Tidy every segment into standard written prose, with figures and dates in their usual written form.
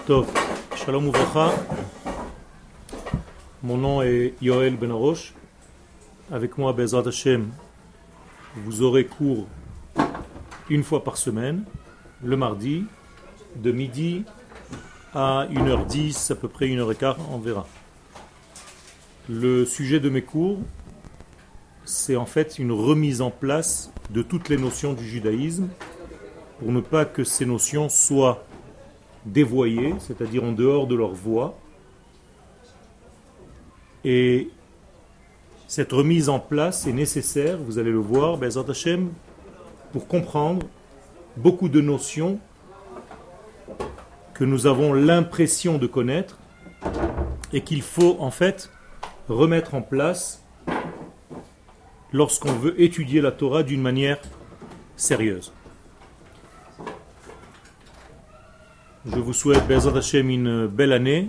Tov, Shalom Uvracha. Mon nom est Yoel Benarosh. Avec moi, Bezrat Hashem, vous aurez cours une fois par semaine, le mardi, de midi à 1h10, à peu près 1h15, on verra. Le sujet de mes cours, c'est en fait une remise en place de toutes les notions du judaïsme pour ne pas que ces notions soient dévoyées, c'est-à-dire en dehors de leur voie. Et cette remise en place est nécessaire, vous allez le voir, Bezrat Hashem, pour comprendre beaucoup de notions que nous avons l'impression de connaître et qu'il faut en fait remettre en place lorsqu'on veut étudier la Torah d'une manière sérieuse. Je vous souhaite, Bezrat Hashem, une belle année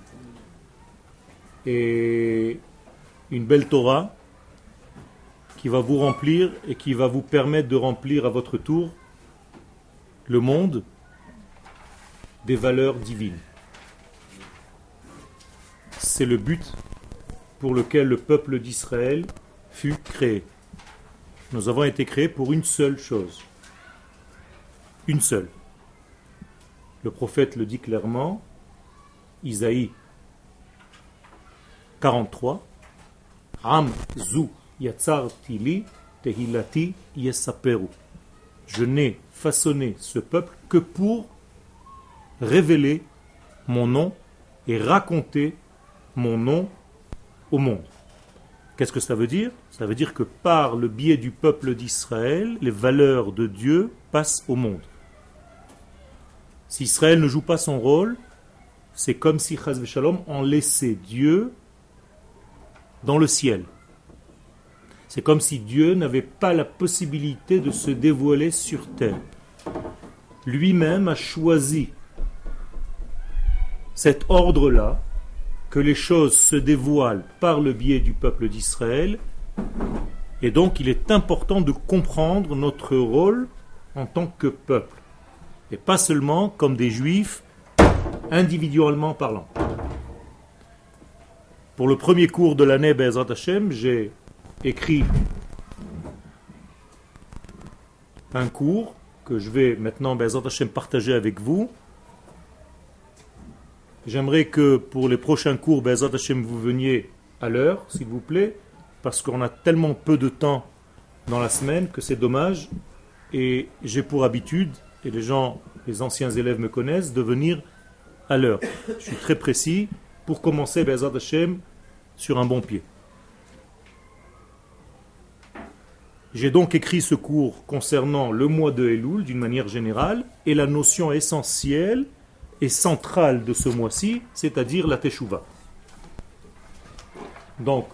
et une belle Torah qui va vous remplir et qui va vous permettre de remplir à votre tour le monde des valeurs divines. C'est le but pour lequel le peuple d'Israël fut créé. Nous avons été créés pour une seule chose. Une seule. Le prophète le dit clairement, Isaïe 43, Am zu yatzarti li tehilati yesaperu. Je n'ai façonné ce peuple que pour révéler mon nom et raconter mon nom au monde. Qu'est-ce que ça veut dire? Ça veut dire que par le biais du peuple d'Israël, les valeurs de Dieu passent au monde. Si Israël ne joue pas son rôle, c'est comme si Chaz v'Shalom on laissait Dieu dans le ciel. C'est comme si Dieu n'avait pas la possibilité de se dévoiler sur terre. Lui-même a choisi cet ordre-là, que les choses se dévoilent par le biais du peuple d'Israël, et donc il est important de comprendre notre rôle en tant que peuple, et pas seulement comme des juifs individuellement parlant. Pour le premier cours de l'année Bezrat Hashem, j'ai écrit un cours que je vais maintenant Bezrat Hashem partager avec vous. J'aimerais que pour les prochains cours, Bezrat Hashem, vous veniez à l'heure, s'il vous plaît, parce qu'on a tellement peu de temps dans la semaine que c'est dommage. Et j'ai pour habitude, et les anciens élèves me connaissent, de venir à l'heure. Je suis très précis pour commencer Bezrat Hashem sur un bon pied. J'ai donc écrit ce cours concernant le mois de Elul d'une manière générale et la notion essentielle et centrale de ce mois-ci, c'est-à-dire la Teshuvah. Donc,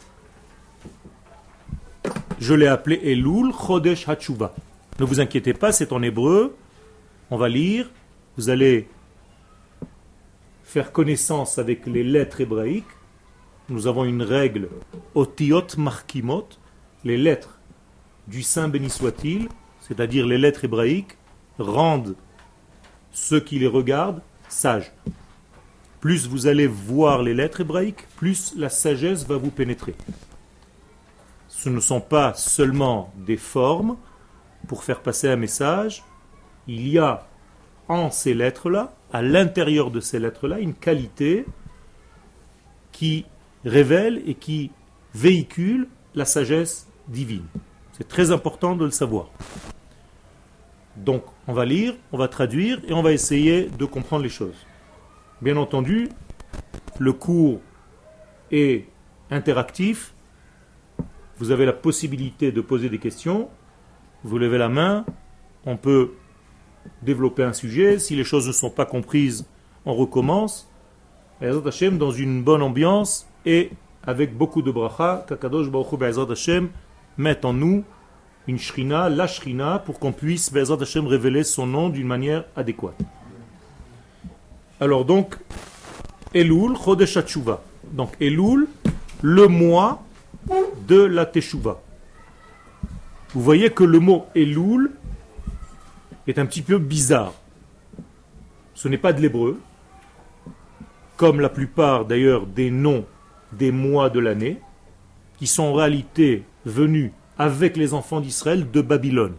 je l'ai appelé Elul Chodesh HaTeshuvah. Ne vous inquiétez pas, c'est en hébreu. On va lire. Vous allez faire connaissance avec les lettres hébraïques. Nous avons une règle Otiot Markimot, les lettres du Saint béni soit-il, c'est-à-dire les lettres hébraïques, rendent ceux qui les regardent sages. Plus vous allez voir les lettres hébraïques, plus la sagesse va vous pénétrer. Ce ne sont pas seulement des formes pour faire passer un message. Il y a en ces lettres-là, à l'intérieur de ces lettres-là, une qualité qui révèle et qui véhicule la sagesse divine. C'est très important de le savoir. Donc, on va lire, on va traduire et on va essayer de comprendre les choses. Bien entendu, le cours est interactif. Vous avez la possibilité de poser des questions. Vous levez la main, on peut développer un sujet. Si les choses ne sont pas comprises, on recommence. Be'ezrat Hashem, dans une bonne ambiance et avec beaucoup de bracha, qu'Akadosh Baruch Hu Be'ezrat Hashem mette en nous une shrina, la shrina, pour qu'on puisse Be'ezrat Hashem révéler son nom d'une manière adéquate. Alors donc, Elul Chodesh HaTeshuvah. Donc Elul, le mois de la Teshuvah. Vous voyez que le mot Elul est un petit peu bizarre. Ce n'est pas de l'hébreu, comme la plupart d'ailleurs des noms des mois de l'année, qui sont en réalité venus avec les enfants d'Israël de Babylone.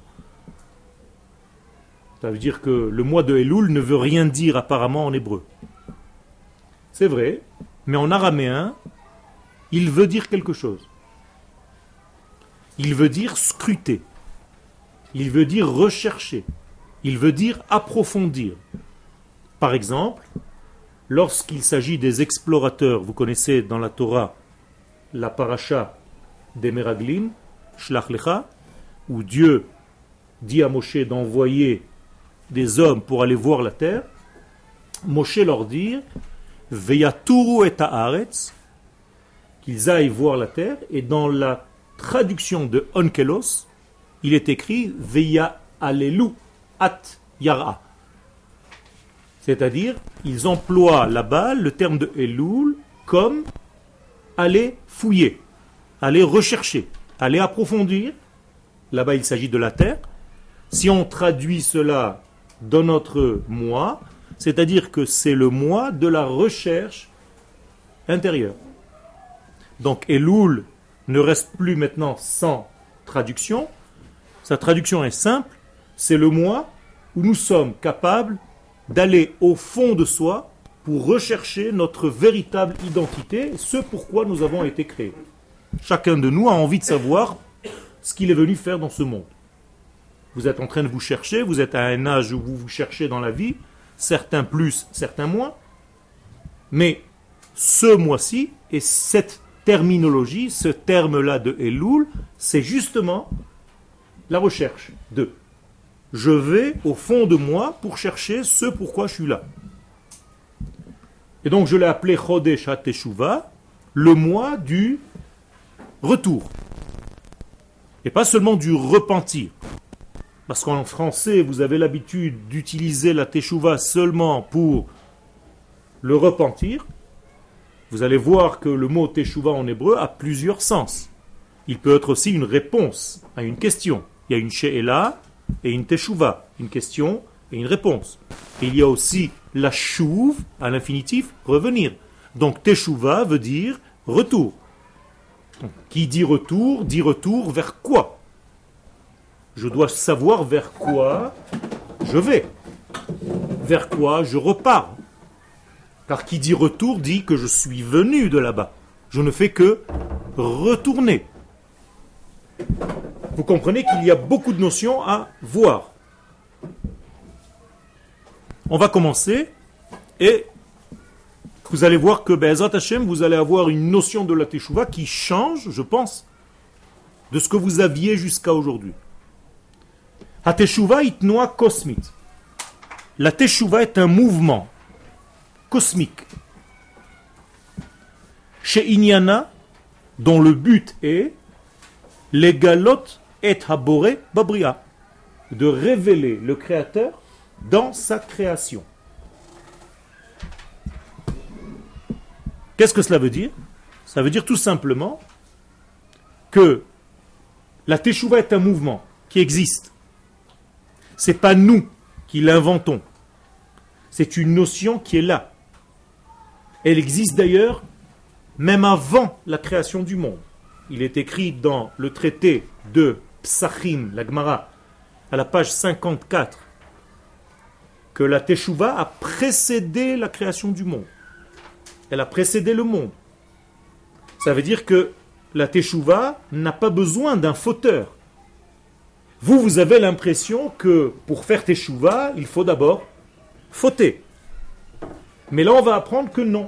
Ça veut dire que le mois de Elul ne veut rien dire apparemment en hébreu. C'est vrai, mais en araméen, il veut dire quelque chose. Il veut dire scruter. Il veut dire rechercher. Il veut dire approfondir. Par exemple, lorsqu'il s'agit des explorateurs, vous connaissez dans la Torah la paracha des Meraglim, Shlach Lecha, où Dieu dit à Moshe d'envoyer des hommes pour aller voir la terre. Moshe leur dit Veyaturu et haaretz, qu'ils aillent voir la terre, et dans la traduction de Onkelos, il est écrit Veya alelu at yara. C'est-à-dire, ils emploient là-bas le terme de Elul comme aller fouiller, aller rechercher, aller approfondir. Là-bas, il s'agit de la terre. Si on traduit cela dans notre mois, c'est-à-dire que c'est le mois de la recherche intérieure. Donc Elul ne reste plus maintenant sans traduction. Sa traduction est simple, c'est le mois où nous sommes capables d'aller au fond de soi pour rechercher notre véritable identité, ce pourquoi nous avons été créés. Chacun de nous a envie de savoir ce qu'il est venu faire dans ce monde. Vous êtes en train de vous chercher, vous êtes à un âge où vous vous cherchez dans la vie, certains plus, certains moins, mais ce mois-ci, et cette terminologie, ce terme-là de Elul, c'est justement la recherche de. Je vais au fond de moi pour chercher ce pourquoi je suis là. Et donc je l'ai appelé Chodesh HaTeshuvah, le mois du retour. Et pas seulement du repentir. Parce qu'en français, vous avez l'habitude d'utiliser la Teshuvah seulement pour le repentir. Vous allez voir que le mot Teshuvah en hébreu a plusieurs sens. Il peut être aussi une réponse à une question. Il y a une she'ela et une Teshuvah, une question et une réponse. Et il y a aussi la shuv, à l'infinitif, revenir. Donc Teshuvah veut dire retour. Donc, qui dit retour vers quoi? Je dois savoir vers quoi je vais, vers quoi je repars. Car qui dit retour dit que je suis venu de là-bas. Je ne fais que retourner. Vous comprenez qu'il y a beaucoup de notions à voir. On va commencer et vous allez voir que Be'ezrat Hashem, vous allez avoir une notion de la Teshuvah qui change, je pense, de ce que vous aviez jusqu'à aujourd'hui. La Teshuvah est noa cosmique. La Teshuvah est un mouvement cosmique. Chez Inyana, dont le but est les galot et haboré babria, de révéler le Créateur dans sa création. Qu'est-ce que cela veut dire? Ça veut dire tout simplement que la Teshuvah est un mouvement qui existe. Ce n'est pas nous qui l'inventons. C'est une notion qui est là. Elle existe d'ailleurs même avant la création du monde. Il est écrit dans le traité de Psachim, la Gemara, à la page 54, que la Teshuvah a précédé la création du monde. Elle a précédé le monde. Ça veut dire que la Teshuvah n'a pas besoin d'un fauteur. Vous avez l'impression que pour faire Teshuvah, il faut d'abord fauter. Mais là, on va apprendre que non.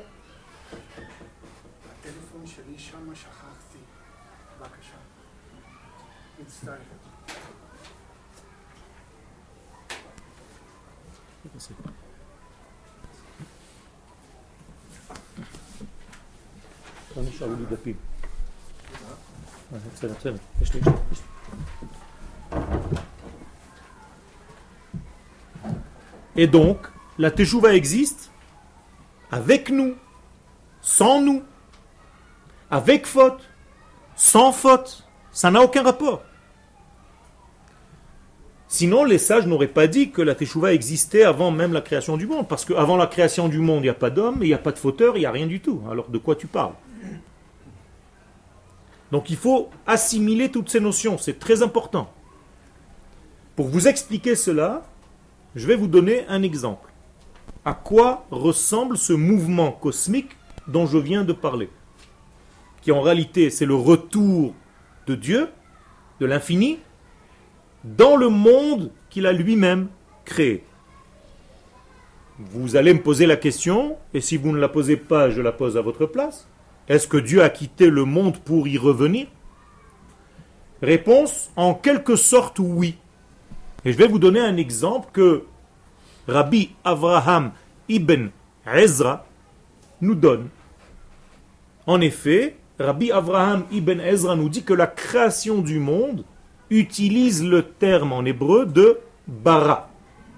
Et donc, la Teshuvah existe avec nous, sans nous, avec faute, sans faute. Ça n'a aucun rapport. Sinon, les sages n'auraient pas dit que la Teshuvah existait avant même la création du monde. Parce qu'avant la création du monde, il n'y a pas d'homme, il n'y a pas de fauteur, il n'y a rien du tout. Alors de quoi tu parles? Donc il faut assimiler toutes ces notions, c'est très important. Pour vous expliquer cela, je vais vous donner un exemple. À quoi ressemble ce mouvement cosmique dont je viens de parler? Qui en réalité, c'est le retour de Dieu, de l'infini, dans le monde qu'il a lui-même créé. Vous allez me poser la question, et si vous ne la posez pas, je la pose à votre place. Est-ce que Dieu a quitté le monde pour y revenir? Réponse, en quelque sorte oui. Et je vais vous donner un exemple que Rabbi Avraham ibn Ezra nous donne. En effet, Rabbi Avraham ibn Ezra nous dit que la création du monde utilise le terme en hébreu de bara.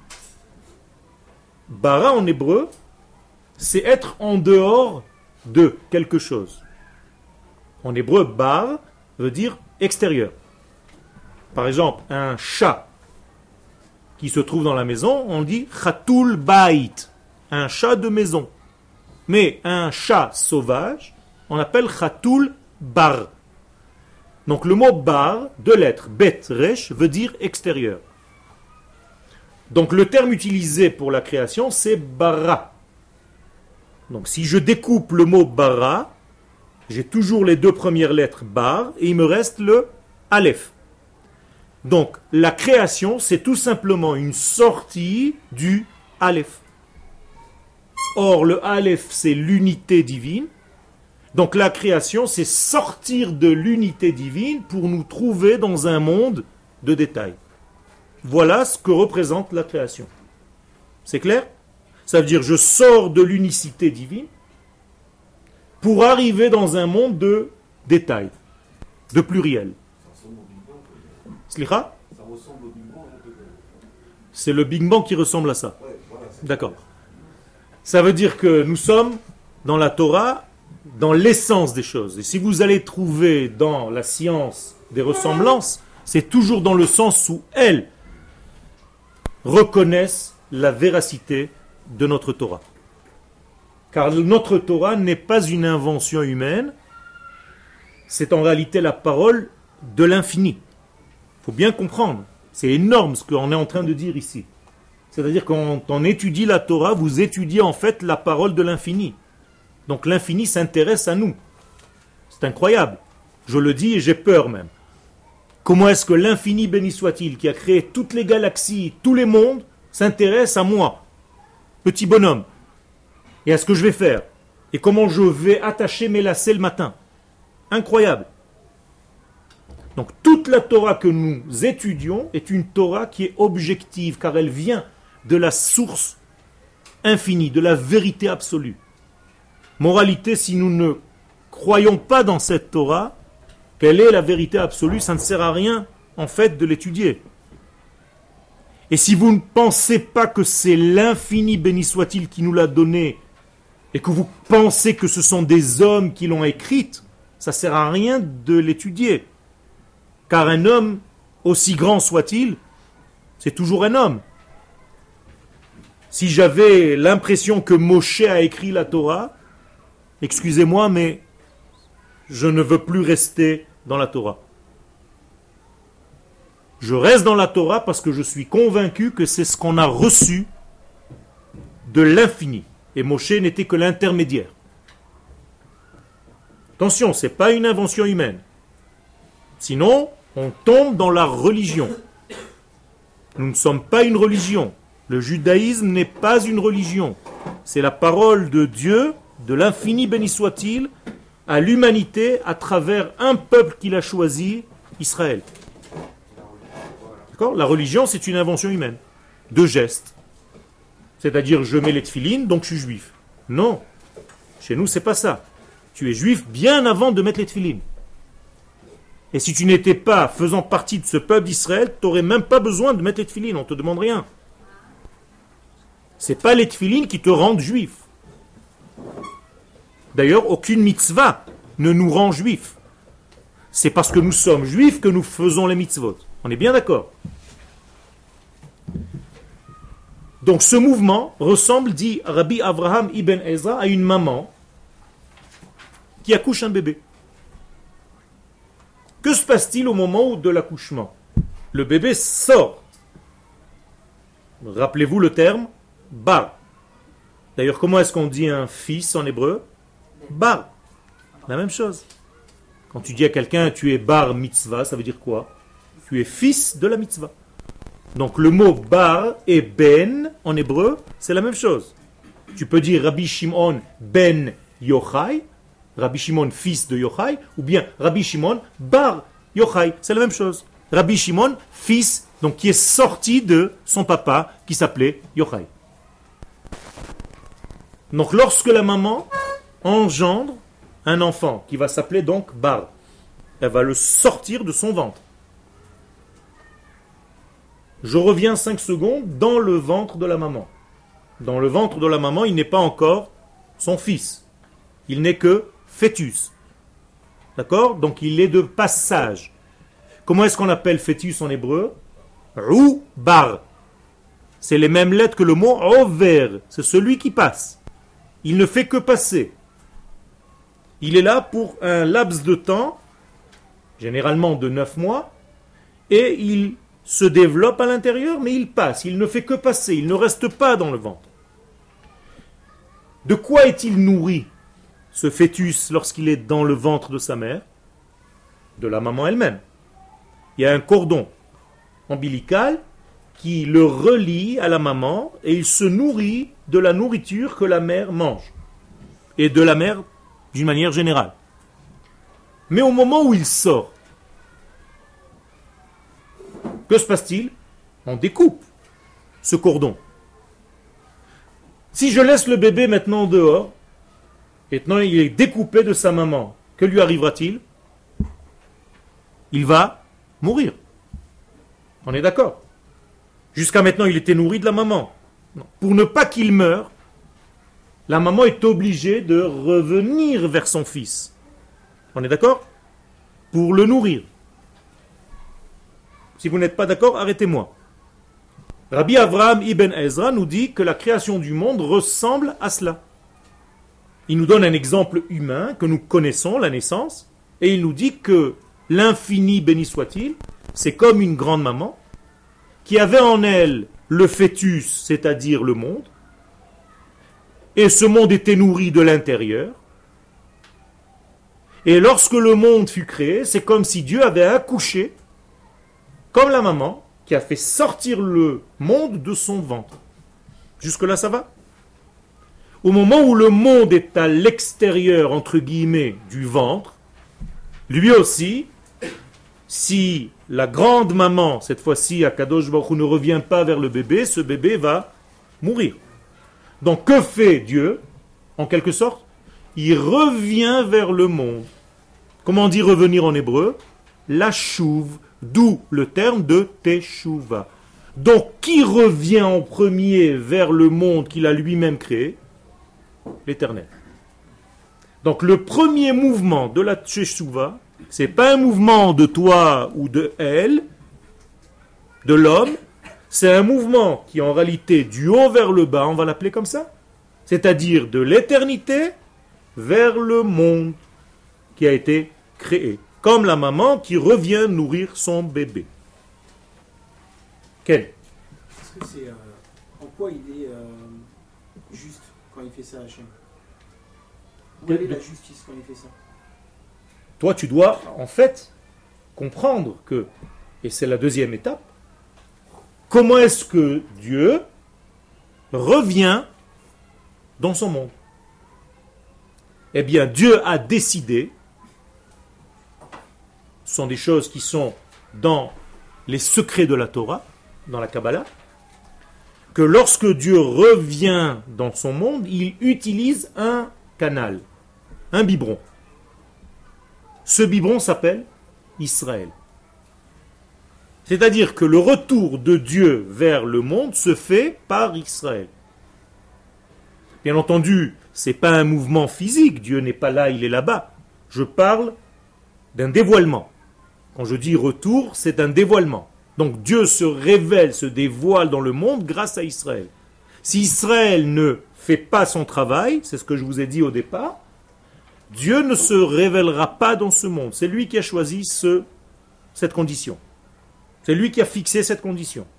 Bara en hébreu, c'est être en dehors de quelque chose. En hébreu, bar veut dire extérieur. Par exemple, un chat qui se trouve dans la maison, on dit chatul bait, un chat de maison. Mais un chat sauvage, on appelle chatul bar. Donc le mot bar, deux lettres, bet, resh, veut dire extérieur. Donc le terme utilisé pour la création, c'est bara. Donc si je découpe le mot bara, j'ai toujours les deux premières lettres bar et il me reste le aleph. Donc la création, c'est tout simplement une sortie du aleph. Or le aleph, c'est l'unité divine. Donc la création, c'est sortir de l'unité divine pour nous trouver dans un monde de détails. Voilà ce que représente la création. C'est clair? Ça veut dire je sors de l'unicité divine pour arriver dans un monde de détails, de pluriel. Slicha? C'est le Big Bang qui ressemble à ça. D'accord. Ça veut dire que nous sommes dans la Torah, dans l'essence des choses. Et si vous allez trouver dans la science des ressemblances, c'est toujours dans le sens où elles reconnaissent la véracité de notre Torah. Car notre Torah n'est pas une invention humaine, c'est en réalité la parole de l'infini. Il faut bien comprendre, c'est énorme ce qu'on est en train de dire ici. C'est-à-dire quand on étudie la Torah, vous étudiez en fait la parole de l'infini. Donc l'infini s'intéresse à nous. C'est incroyable. Je le dis et j'ai peur même. Comment est-ce que l'infini, béni soit-il, qui a créé toutes les galaxies, tous les mondes, s'intéresse à moi, petit bonhomme, et à ce que je vais faire, et comment je vais attacher mes lacets le matin. Incroyable. Donc toute la Torah que nous étudions est une Torah qui est objective, car elle vient de la source infinie, de la vérité absolue. Moralité, si nous ne croyons pas dans cette Torah, quelle est la vérité absolue, ça ne sert à rien, en fait, de l'étudier. Et si vous ne pensez pas que c'est l'infini, béni soit-il, qui nous l'a donné, et que vous pensez que ce sont des hommes qui l'ont écrite, ça ne sert à rien de l'étudier. Car un homme, aussi grand soit-il, c'est toujours un homme. Si j'avais l'impression que Moshe a écrit la Torah, excusez-moi, mais je ne veux plus rester dans la Torah. Je reste dans la Torah parce que je suis convaincu que c'est ce qu'on a reçu de l'infini. Et Moshe n'était que l'intermédiaire. Attention, ce n'est pas une invention humaine. Sinon, on tombe dans la religion. Nous ne sommes pas une religion. Le judaïsme n'est pas une religion. C'est la parole de Dieu, de l'infini béni soit-il, à l'humanité à travers un peuple qu'il a choisi, Israël. D'accord ? La religion, c'est une invention humaine, de gestes. C'est-à-dire, je mets les tefilines, donc je suis juif. Non, chez nous, c'est pas ça. Tu es juif bien avant de mettre les tefilines. Et si tu n'étais pas faisant partie de ce peuple d'Israël, tu n'aurais même pas besoin de mettre les tefilines, on ne te demande rien. Ce n'est pas les tefilines qui te rendent juif. D'ailleurs, aucune mitzvah ne nous rend juifs. C'est parce que nous sommes juifs que nous faisons les mitzvot. On est bien d'accord. Donc ce mouvement ressemble, dit Rabbi Avraham ibn Ezra, à une maman qui accouche un bébé. Que se passe-t-il au moment de l'accouchement? Le bébé sort. Rappelez-vous le terme bar. D'ailleurs, comment est-ce qu'on dit un fils en hébreu? Bar. La même chose. Quand tu dis à quelqu'un tu es bar mitzvah, ça veut dire quoi? Tu es fils de la mitzvah. Donc le mot bar et ben en hébreu, c'est la même chose. Tu peux dire Rabbi Shimon ben Yochai, Rabbi Shimon fils de Yochai, ou bien Rabbi Shimon bar Yochai, c'est la même chose. Rabbi Shimon fils, donc qui est sorti de son papa qui s'appelait Yochai. Donc lorsque la maman engendre un enfant qui va s'appeler donc bar, elle va le sortir de son ventre. Je reviens 5 secondes dans le ventre de la maman. Dans le ventre de la maman, il n'est pas encore son fils. Il n'est que fœtus. D'accord? Donc il est de passage. Comment est-ce qu'on appelle fœtus en hébreu? Rou bar. C'est les mêmes lettres que le mot over. C'est celui qui passe. Il ne fait que passer. Il est là pour un laps de temps, généralement de 9 mois, et il se développe à l'intérieur, mais il passe. Il ne fait que passer. Il ne reste pas dans le ventre. De quoi est-il nourri, ce fœtus, lorsqu'il est dans le ventre de sa mère? De la maman elle-même. Il y a un cordon ombilical qui le relie à la maman et il se nourrit de la nourriture que la mère mange. Et de la mère d'une manière générale. Mais au moment où il sort, que se passe-t-il? On découpe ce cordon. Si je laisse le bébé maintenant dehors, et maintenant il est découpé de sa maman, que lui arrivera-t-il? Il va mourir. On est d'accord? Jusqu'à maintenant, il était nourri de la maman. Non. Pour ne pas qu'il meure, la maman est obligée de revenir vers son fils. On est d'accord? Pour le nourrir. Si vous n'êtes pas d'accord, arrêtez-moi. Rabbi Avraham ibn Ezra nous dit que la création du monde ressemble à cela. Il nous donne un exemple humain que nous connaissons, la naissance, et il nous dit que l'infini, béni soit-il, c'est comme une grande maman qui avait en elle le fœtus, c'est-à-dire le monde, et ce monde était nourri de l'intérieur. Et lorsque le monde fut créé, c'est comme si Dieu avait accouché, comme la maman, qui a fait sortir le monde de son ventre. Jusque-là, ça va? Au moment où le monde est à l'extérieur, entre guillemets, du ventre, lui aussi, si la grande maman, cette fois-ci, Akadosh Baruch Hu, ne revient pas vers le bébé, ce bébé va mourir. Donc, que fait Dieu, en quelque sorte? Il revient vers le monde. Comment on dit revenir en hébreu? La chouve, d'où le terme de teshuva. Donc, qui revient en premier vers le monde qu'il a lui-même créé? L'Éternel. Donc, le premier mouvement de la teshuva, c'est pas un mouvement de toi ou de elle, de l'homme, c'est un mouvement qui en réalité du haut vers le bas, on va l'appeler comme ça, c'est-à-dire de l'éternité vers le monde qui a été créé, comme la maman qui revient nourrir son bébé. Quel? Est-ce que c'est en quoi il est juste quand il fait ça, Hachem? Où est la justice quand il fait ça? Toi, tu dois en fait comprendre que, et c'est la deuxième étape, comment est-ce que Dieu revient dans son monde? Eh bien, Dieu a décidé, ce sont des choses qui sont dans les secrets de la Torah, dans la Kabbalah, que lorsque Dieu revient dans son monde, il utilise un canal, un biberon. Ce biberon s'appelle Israël. C'est-à-dire que le retour de Dieu vers le monde se fait par Israël. Bien entendu, ce n'est pas un mouvement physique, Dieu n'est pas là, il est là-bas. Je parle d'un dévoilement. Quand je dis retour, c'est un dévoilement. Donc Dieu se révèle, se dévoile dans le monde grâce à Israël. Si Israël ne fait pas son travail, c'est ce que je vous ai dit au départ, Dieu ne se révélera pas dans ce monde. C'est lui qui a choisi cette condition. C'est lui qui a fixé cette condition.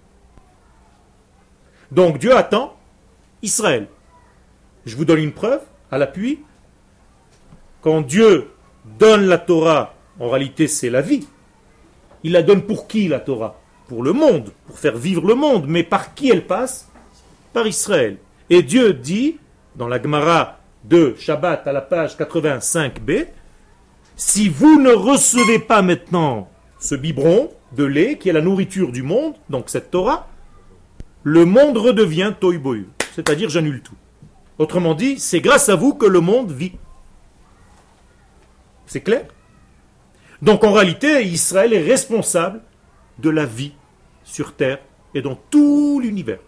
Donc Dieu attend Israël. Je vous donne une preuve à l'appui. Quand Dieu donne la Torah, en réalité c'est la vie. Il la donne pour qui la Torah? Pour le monde, pour faire vivre le monde. Mais par qui elle passe? Par Israël. Et Dieu dit, dans la Gemara de Shabbat à la page 85b, si vous ne recevez pas maintenant ce biberon de lait qui est la nourriture du monde, donc cette Torah, le monde redevient tohu bohu, c'est-à-dire j'annule tout. Autrement dit, c'est grâce à vous que le monde vit. C'est clair? Donc en réalité, Israël est responsable de la vie sur terre et dans tout l'univers.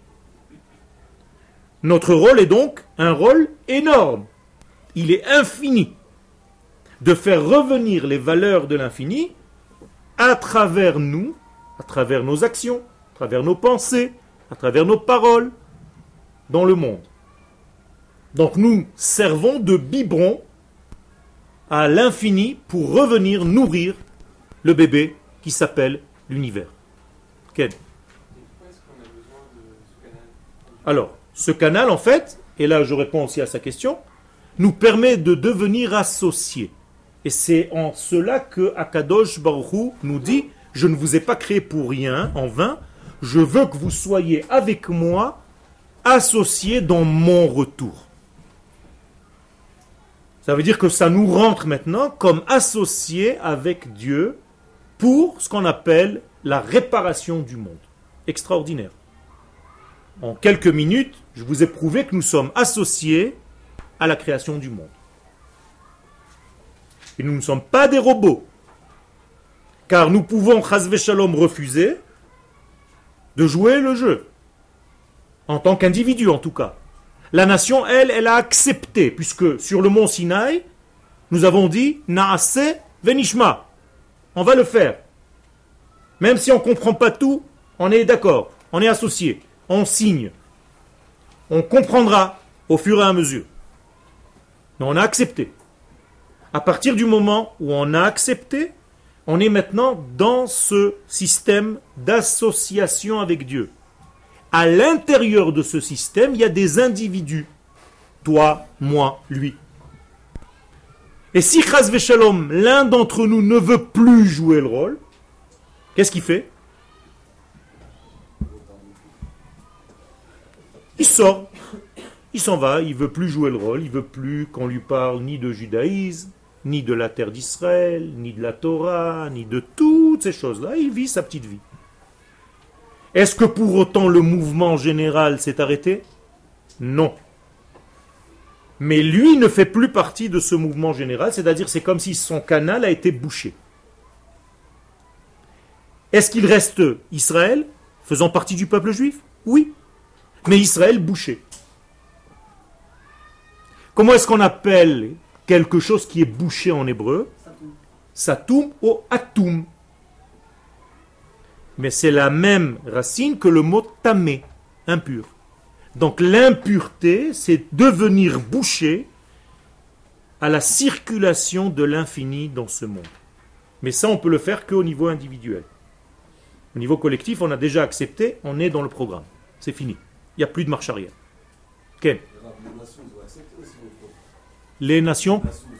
Notre rôle est donc un rôle énorme. Il est infini de faire revenir les valeurs de l'infini à travers nous, à travers nos actions, à travers nos pensées, à travers nos paroles, dans le monde. Donc nous servons de biberon à l'infini pour revenir nourrir le bébé qui s'appelle l'univers. Ken. Alors, ce canal, en fait, et là je réponds aussi à sa question, nous permet de devenir associés. Et c'est en cela que Akadosh Baruch Hu nous dit, je ne vous ai pas créé pour rien, en vain, je veux que vous soyez avec moi, associés dans mon retour. Ça veut dire que ça nous rentre maintenant comme associés avec Dieu pour ce qu'on appelle la réparation du monde. Extraordinaire. En quelques minutes, je vous ai prouvé que nous sommes associés à la création du monde. Et nous ne sommes pas des robots. Car nous pouvons, chas shalom, refuser de jouer le jeu. En tant qu'individu, en tout cas. La nation, elle a accepté, puisque sur le mont Sinaï, nous avons dit, Naase venishma. On va le faire. Même si on ne comprend pas tout, on est d'accord, on est associés. On signe. On comprendra au fur et à mesure. Mais on a accepté. À partir du moment où on a accepté, on est maintenant dans ce système d'association avec Dieu. À l'intérieur de ce système, il y a des individus. Toi, moi, lui. Et si, chas v'shalom, l'un d'entre nous ne veut plus jouer le rôle, qu'est-ce qu'il fait? Il sort, il s'en va, il ne veut plus jouer le rôle, il ne veut plus qu'on lui parle ni de judaïsme, ni de la terre d'Israël, ni de la Torah, ni de toutes ces choses-là. Il vit sa petite vie. Est-ce que pour autant le mouvement général s'est arrêté? Non. Mais lui ne fait plus partie de ce mouvement général, c'est-à-dire c'est comme si son canal a été bouché. Est-ce qu'il reste Israël, faisant partie du peuple juif? Oui. Mais Israël bouché. Comment est-ce qu'on appelle quelque chose qui est bouché en hébreu? Satum ou atum. Mais c'est la même racine que le mot tamé, impur. Donc l'impureté, c'est devenir bouché à la circulation de l'infini dans ce monde. Mais ça, on peut le faire qu'au niveau individuel. Au niveau collectif, on a déjà accepté, on est dans le programme. C'est fini. Il n'y a plus de marche arrière. Ken. Les nations,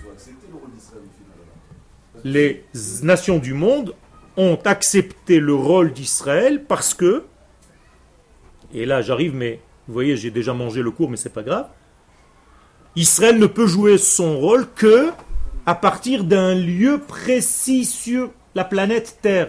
les nations du monde ont accepté le rôle d'Israël parce que, et là j'arrive, mais vous voyez, j'ai déjà mangé le cours, mais c'est pas grave. Israël ne peut jouer son rôle que à partir d'un lieu précis sur la planète Terre.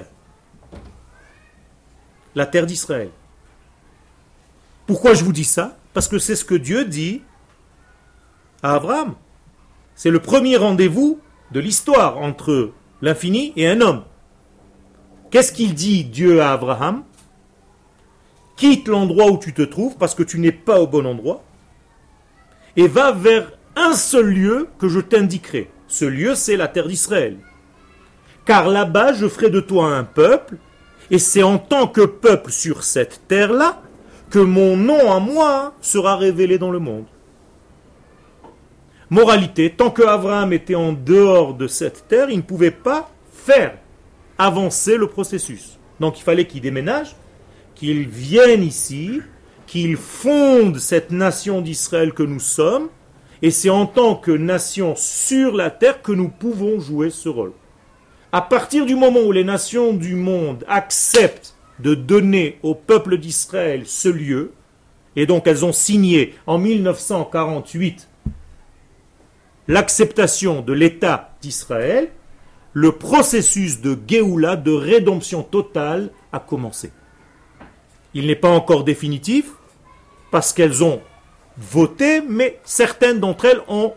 La terre d'Israël. Pourquoi je vous dis ça? Parce que c'est ce que Dieu dit à Abraham. C'est le premier rendez-vous de l'histoire entre l'infini et un homme. Qu'est-ce qu'il dit Dieu à Abraham? Quitte l'endroit où tu te trouves parce que tu n'es pas au bon endroit et va vers un seul lieu que je t'indiquerai. Ce lieu, c'est la terre d'Israël. Car là-bas, je ferai de toi un peuple et c'est en tant que peuple sur cette terre-là que mon nom à moi sera révélé dans le monde. Moralité, tant que Abraham était en dehors de cette terre, il ne pouvait pas faire avancer le processus. Donc il fallait qu'il déménage, qu'il vienne ici, qu'il fonde cette nation d'Israël que nous sommes, et c'est en tant que nation sur la terre que nous pouvons jouer ce rôle. À partir du moment où les nations du monde acceptent de donner au peuple d'Israël ce lieu, et donc elles ont signé en 1948 l'acceptation de l'État d'Israël, le processus de Géoula, de rédemption totale, a commencé. Il n'est pas encore définitif, parce qu'elles ont voté, mais certaines d'entre elles ont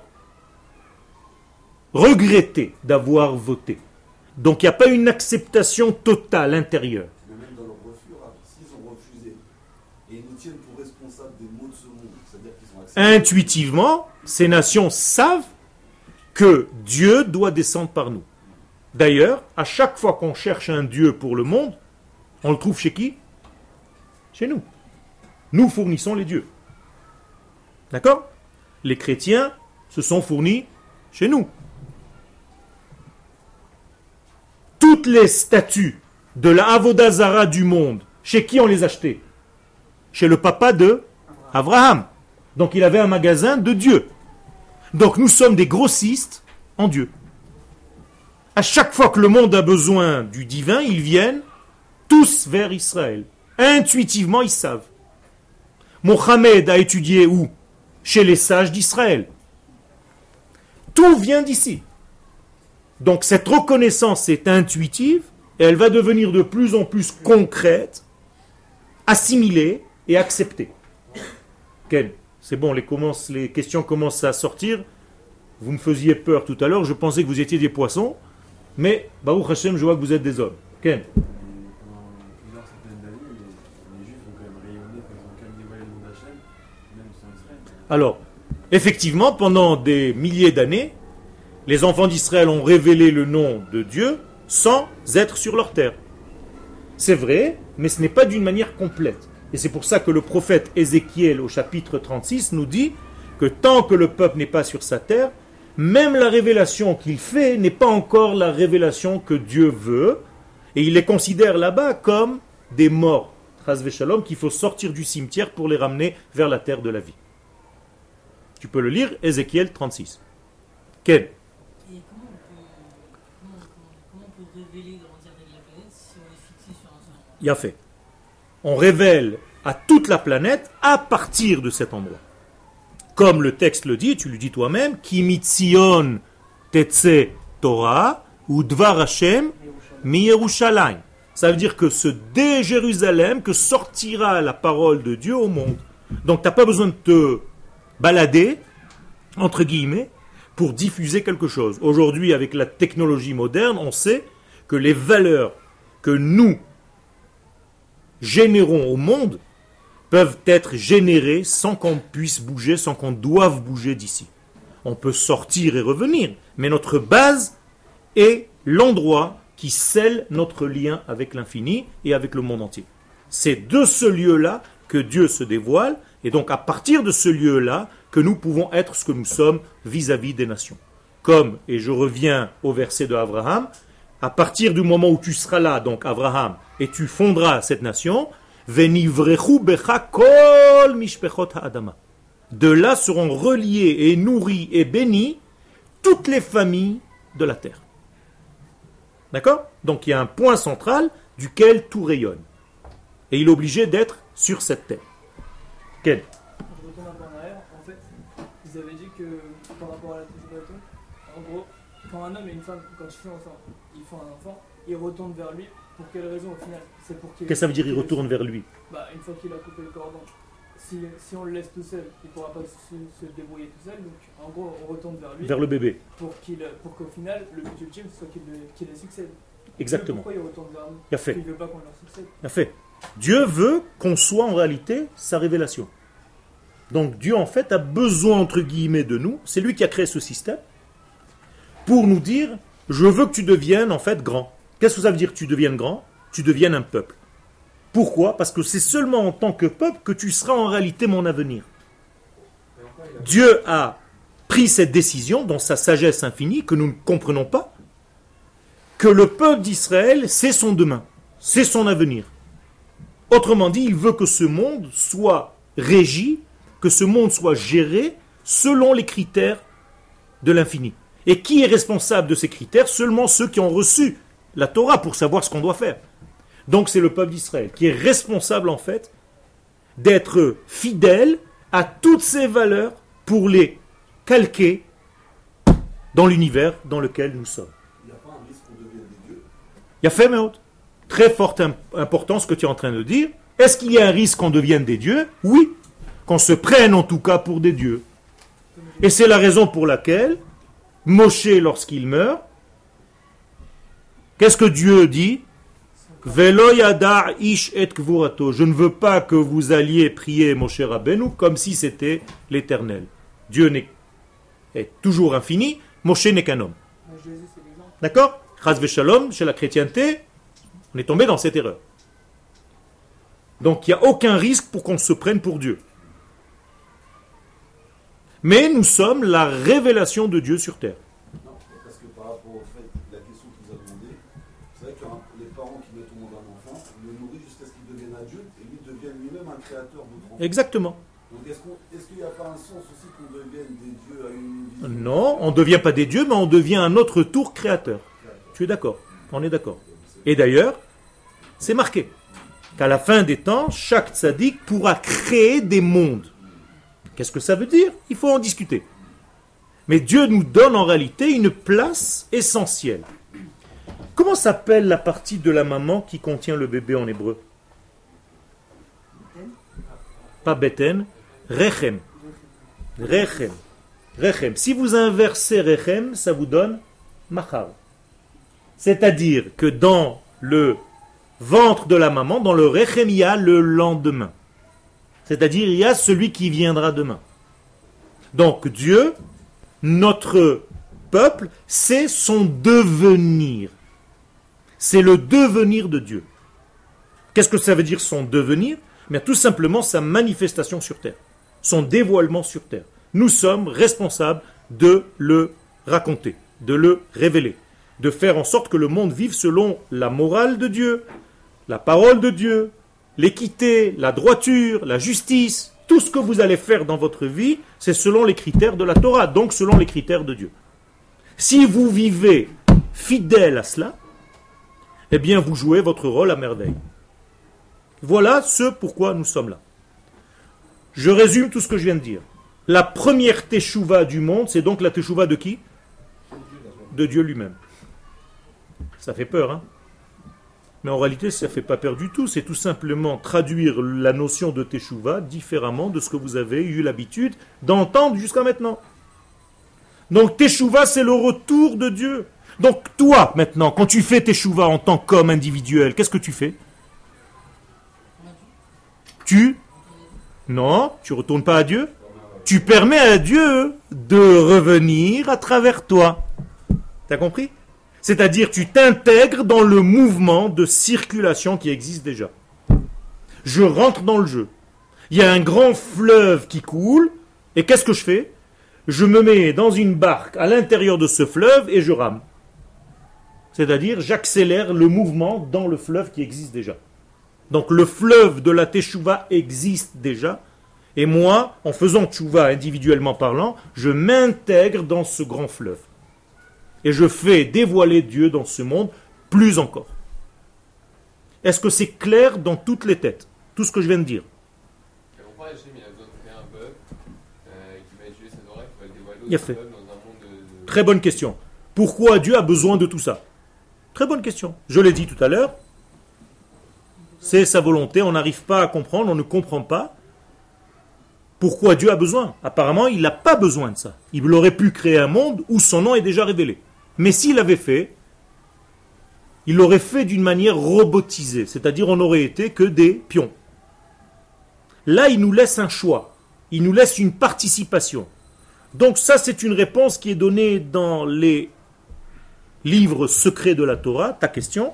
regretté d'avoir voté. Donc il n'y a pas une acceptation totale intérieure. Mais même dans leur refus, s'ils ont refusé et ils nous tiennent pour responsables des maux de ce monde, c'est-à-dire qu'ils ont accepté. Intuitivement, ces nations savent que Dieu doit descendre par nous. D'ailleurs, à chaque fois qu'on cherche un Dieu pour le monde, on le trouve chez qui? Chez nous. Nous fournissons les dieux. D'accord? Les chrétiens se sont fournis chez nous. Toutes les statues de la Avodah Zara du monde, chez qui on les achetait? Chez le papa de Abraham. Donc il avait un magasin de Dieu. Donc nous sommes des grossistes en Dieu. À chaque fois que le monde a besoin du divin, ils viennent tous vers Israël. Intuitivement, ils savent. Mohammed a étudié où? Chez les sages d'Israël. Tout vient d'ici. Donc cette reconnaissance est intuitive et elle va devenir de plus en plus concrète, assimilée et acceptée. Ken, c'est bon, les questions commencent à sortir. Vous me faisiez peur tout à l'heure, je pensais que vous étiez des poissons, mais Baruch Hashem, je vois que vous êtes des hommes. Ken. Pendant plusieurs centaines d'années, les Juifs ont quand même rayonné, ils ont quand même dévoilé le nom d'Hachem, même sans Israël. Alors, effectivement, pendant des milliers d'années, les enfants d'Israël ont révélé le nom de Dieu sans être sur leur terre. C'est vrai, mais ce n'est pas d'une manière complète. Et c'est pour ça que le prophète Ézéchiel, au chapitre 36, nous dit que tant que le peuple n'est pas sur sa terre, même la révélation qu'il fait n'est pas encore la révélation que Dieu veut. Et il les considère là-bas comme des morts, Chas v'Shalom, qu'il faut sortir du cimetière pour les ramener vers la terre de la vie. Tu peux le lire, Ézéchiel 36. Ken. Et comment on peut révéler l'entièreté de la planète si on est fixé sur un seul endroit? Il y a fait. On révèle à toute la planète à partir de cet endroit. Comme le texte le dit, tu le dis toi-même, Ki mitzion tetse Torah ou Dvar Hashem mi Yerushalayim. Ça veut dire que c'est de Jérusalem que sortira la parole de Dieu au monde. Donc tu n'as pas besoin de te balader, entre guillemets, pour diffuser quelque chose. Aujourd'hui, avec la technologie moderne, on sait que les valeurs que nous générons au monde peuvent être générées sans qu'on puisse bouger, sans qu'on doive bouger d'ici. On peut sortir et revenir, mais notre base est l'endroit qui scelle notre lien avec l'infini et avec le monde entier. C'est de ce lieu-là que Dieu se dévoile, et donc à partir de ce lieu-là que nous pouvons être ce que nous sommes vis-à-vis des nations. Comme, et je reviens au verset de Abraham, à partir du moment où tu seras là, donc Abraham, et tu fonderas cette nation, Venivrechu becha kol mishpechot ha'adama. De là seront reliées et nourries et bénies toutes les familles de la terre. D'accord? Donc il y a un point central duquel tout rayonne. Et il est obligé d'être sur cette terre. Quel? Je retourne un peu en arrière. En fait, vous avez dit que par rapport à la Tézébaton, en gros, quand un homme et une femme, quand ils font un enfant, ils retournent vers lui. Pour quelle raison au final? C'est pour qu'il. Qu'est-ce que ça veut dire il retourne vers lui? Une fois qu'il a coupé le cordon, si on le laisse tout seul, il ne pourra pas se débrouiller tout seul. Donc en gros, on retourne vers lui. Vers le bébé. Pour qu'au final, le but ultime soit qu'il les succède. Exactement. Pourquoi il retourne vers nous? Il a fait. Parce qu'il ne veut pas qu'on leur succède. Il a fait. Dieu veut qu'on soit en réalité sa révélation. Donc Dieu en fait a besoin entre guillemets de nous. C'est lui qui a créé ce système pour nous dire je veux que tu deviennes en fait grand. Qu'est-ce que ça veut dire que tu deviennes grand? Tu deviennes un peuple. Pourquoi? Parce que c'est seulement en tant que peuple que tu seras en réalité mon avenir. Dieu a pris cette décision dans sa sagesse infinie que nous ne comprenons pas, que le peuple d'Israël, c'est son demain, c'est son avenir. Autrement dit, il veut que ce monde soit régi, que ce monde soit géré selon les critères de l'infini. Et qui est responsable de ces critères? Seulement ceux qui ont reçu la Torah pour savoir ce qu'on doit faire. Donc c'est le peuple d'Israël qui est responsable en fait d'être fidèle à toutes ces valeurs pour les calquer dans l'univers dans lequel nous sommes. Il n'y a pas un risque qu'on devienne des dieux. Il y a fait, mais très forte importance ce que tu es en train de dire. Est-ce qu'il y a un risque qu'on devienne des dieux? Oui. Qu'on se prenne en tout cas pour des dieux. Et c'est la raison pour laquelle Moshe, lorsqu'il meurt, qu'est-ce que Dieu dit? Velo yada ish et kvurato. Je ne veux pas que vous alliez prier Moshe Rabbeinu comme si c'était l'Éternel. Dieu est toujours infini, Moshe n'est qu'un homme. Jésus, c'est l'exemple. D'accord? Chas v'shalom, chez la chrétienté, on est tombé dans cette erreur. Donc il n'y a aucun risque pour qu'on se prenne pour Dieu. Mais nous sommes la révélation de Dieu sur terre. Non, parce que par rapport au fait, la question qu'il nous a demandé, c'est vrai que les parents qui mettent au monde un enfant, le nourrissent jusqu'à ce qu'il devienne adulte et lui devienne lui-même un créateur d'autres enfants. Exactement. Donc est-ce qu'il n'y a pas un sens aussi qu'on devienne des dieux à une vision? Non, on ne devient pas des dieux, mais on devient à notre tour créateur. Tu es d'accord? On est d'accord. Et d'ailleurs, c'est marqué qu'à la fin des temps, chaque tzaddik pourra créer des mondes. Qu'est-ce que ça veut dire? Il faut en discuter. Mais Dieu nous donne en réalité une place essentielle. Comment s'appelle la partie de la maman qui contient le bébé en hébreu? Pas beten, rechem. Rechem. Rechem. Si vous inversez rechem, ça vous donne machar. C'est-à-dire que dans le ventre de la maman, dans le rechem, il y a le lendemain. C'est-à-dire, il y a celui qui viendra demain. Donc Dieu, notre peuple, c'est son devenir. C'est le devenir de Dieu. Qu'est-ce que ça veut dire son devenir? Mais tout simplement sa manifestation sur terre, son dévoilement sur terre. Nous sommes responsables de le raconter, de le révéler, de faire en sorte que le monde vive selon la morale de Dieu, la parole de Dieu, l'équité, la droiture, la justice. Tout ce que vous allez faire dans votre vie, c'est selon les critères de la Torah, donc selon les critères de Dieu. Si vous vivez fidèle à cela, eh bien vous jouez votre rôle à merveille. Voilà ce pourquoi nous sommes là. Je résume tout ce que je viens de dire. La première teshuva du monde, c'est donc la teshuva de qui? De Dieu lui-même. Ça fait peur, hein? Mais en réalité, ça ne fait pas peur du tout. C'est tout simplement traduire la notion de teshuva différemment de ce que vous avez eu l'habitude d'entendre jusqu'à maintenant. Donc teshuva, c'est le retour de Dieu. Donc toi, maintenant, quand tu fais teshuva en tant qu'homme individuel, qu'est-ce que tu fais? Non, tu ne retournes pas à Dieu. Tu permets à Dieu de revenir à travers toi. T'as compris? C'est-à-dire tu t'intègres dans le mouvement de circulation qui existe déjà. Je rentre dans le jeu. Il y a un grand fleuve qui coule, et qu'est-ce que je fais? Je me mets dans une barque à l'intérieur de ce fleuve et je rame. C'est-à-dire j'accélère le mouvement dans le fleuve qui existe déjà. Donc le fleuve de la teshuva existe déjà, et moi, en faisant teshuva individuellement parlant, je m'intègre dans ce grand fleuve. Et je fais dévoiler Dieu dans ce monde plus encore. Est-ce que c'est clair dans toutes les têtes? Tout ce que je viens de dire. Il a fait. Très bonne question. Pourquoi Dieu a besoin de tout ça? Très bonne question. Je l'ai dit tout à l'heure. C'est sa volonté. On n'arrive pas à comprendre, on ne comprend pas pourquoi Dieu a besoin. Apparemment, il n'a pas besoin de ça. Il aurait pu créer un monde où son nom est déjà révélé. Mais s'il l'avait fait, il l'aurait fait d'une manière robotisée. C'est-à-dire, on n'aurait été que des pions. Là, il nous laisse un choix. Il nous laisse une participation. Donc ça, c'est une réponse qui est donnée dans les livres secrets de la Torah, ta question.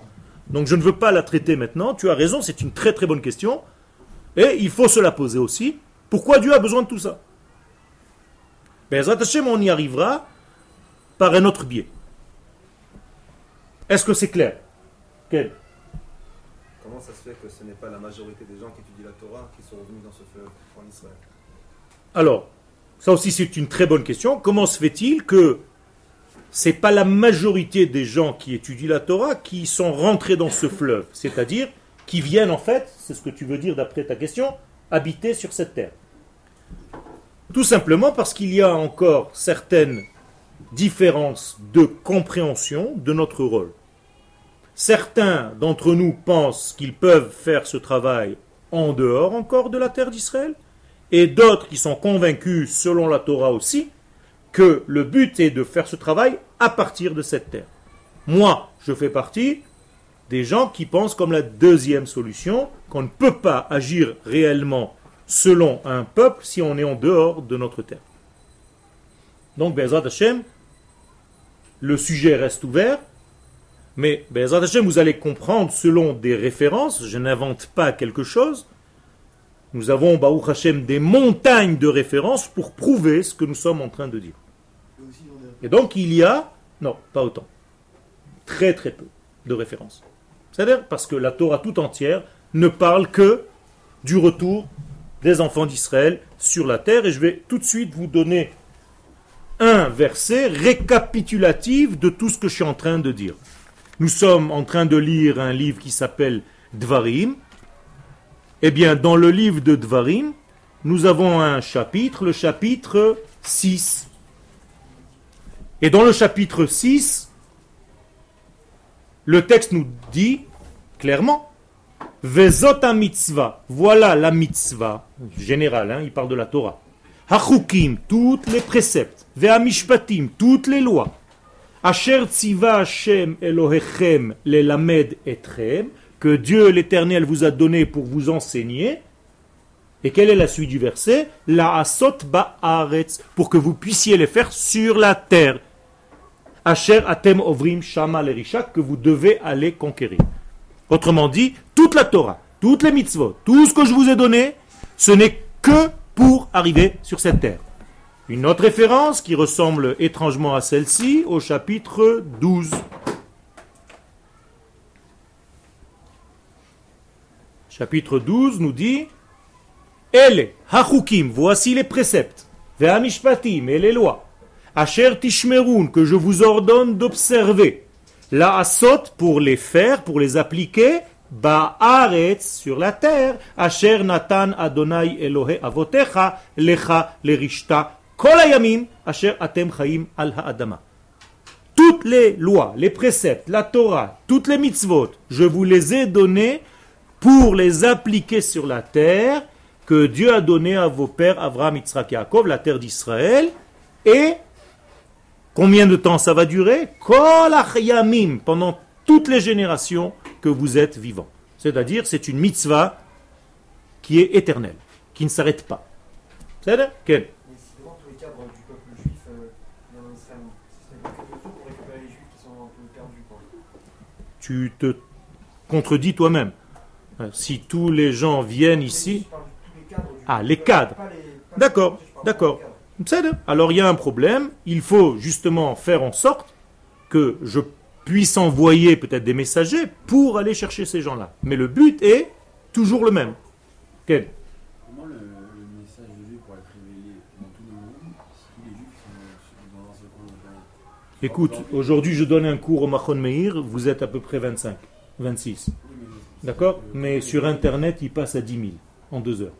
Donc je ne veux pas la traiter maintenant. Tu as raison, c'est une très très bonne question. Et il faut se la poser aussi. Pourquoi Dieu a besoin de tout ça? Bezrat Hashem, on y arrivera par un autre biais. Est-ce que c'est clair? Quel? Comment ça se fait que ce n'est pas la majorité des gens qui étudient la Torah qui sont revenus dans ce fleuve en Israël? Alors, ça aussi c'est une très bonne question. Comment se fait-il que c'est pas la majorité des gens qui étudient la Torah qui sont rentrés dans ce fleuve? C'est-à-dire qui viennent en fait, c'est ce que tu veux dire d'après ta question, habiter sur cette terre. Tout simplement parce qu'il y a encore certaines différences de compréhension de notre rôle. Certains d'entre nous pensent qu'ils peuvent faire ce travail en dehors encore de la terre d'Israël, et d'autres qui sont convaincus, selon la Torah aussi, que le but est de faire ce travail à partir de cette terre. Moi, je fais partie des gens qui pensent comme la deuxième solution, qu'on ne peut pas agir réellement selon un peuple si on est en dehors de notre terre. Donc, Be'ezrat Hashem, le sujet reste ouvert, mais Be'ezrat Hashem, vous allez comprendre selon des références, je n'invente pas quelque chose. Nous avons, Baruch Hashem, des montagnes de références pour prouver ce que nous sommes en train de dire. Et donc, il y a, non, pas autant, très très peu de références. C'est-à-dire parce que la Torah tout entière ne parle que du retour des enfants d'Israël sur la terre. Et je vais tout de suite vous donner un verset récapitulatif de tout ce que je suis en train de dire. Nous sommes en train de lire un livre qui s'appelle Dvarim. Eh bien, dans le livre de Dvarim, nous avons un chapitre, le chapitre 6. Et dans le chapitre 6, le texte nous dit clairement Vezot mitzvah, voilà la mitzvah, générale, il parle de la Torah. Hachukim, toutes les préceptes. Ve'amishpatim, toutes les lois. Asher tziva Hashem Elohechem lelamed etchem, que Dieu l'Éternel vous a donné pour vous enseigner. Et quelle est la suite du verset? La asot ba'aretz, pour que vous puissiez les faire sur la terre. Asher atem ovrim shama lerisha, que vous devez aller conquérir. Autrement dit, toute la Torah, toutes les mitzvot, tout ce que je vous ai donné, ce n'est que pour arriver sur cette terre. Une autre référence qui ressemble étrangement à celle-ci, au chapitre 12. Chapitre 12 nous dit Ele, hachukim, voici les préceptes, ve'amishpatim, et les lois, asher tishmerun, que je vous ordonne d'observer, la asot, pour les faire, pour les appliquer, ba'aretz, sur la terre, asher natan Adonai Elohe avotecha, lecha lerishta, kol hayamim, asher atem chaim al ha'adama. Toutes les lois, les préceptes, la Torah, toutes les mitzvot, je vous les ai donnés pour les appliquer sur la terre que Dieu a donnée à vos pères Avraham, Yitzhak et Yaakov, la terre d'Israël. Et combien de temps ça va durer? Kol hayamim, pendant toutes les générations que vous êtes vivants. C'est-à-dire, c'est une mitzvah qui est éternelle, qui ne s'arrête pas. C'est-à-dire, quel? Mais si devant tous les cadres du peuple juif dans Israël, ce n'est pas que tout pour récupérer les juifs qui sont un peu perdus, quoi. Tu te contredis toi-même. Si tous les gens viennent ici... Ah, les cadres. D'accord, d'accord. Alors il y a un problème. Il faut justement faire en sorte que je puisse envoyer peut-être des messagers pour aller chercher ces gens-là. Mais le but est toujours le même. Quel? Comment le message de Dieu pourrait être révélé dans tout le monde si tous les juifs sont dans un seul coin? Écoute, aujourd'hui je donne un cours au Machon Meir, vous êtes à peu près 25, 26. D'accord? Mais sur Internet, il passe à 10 000 en 2 heures.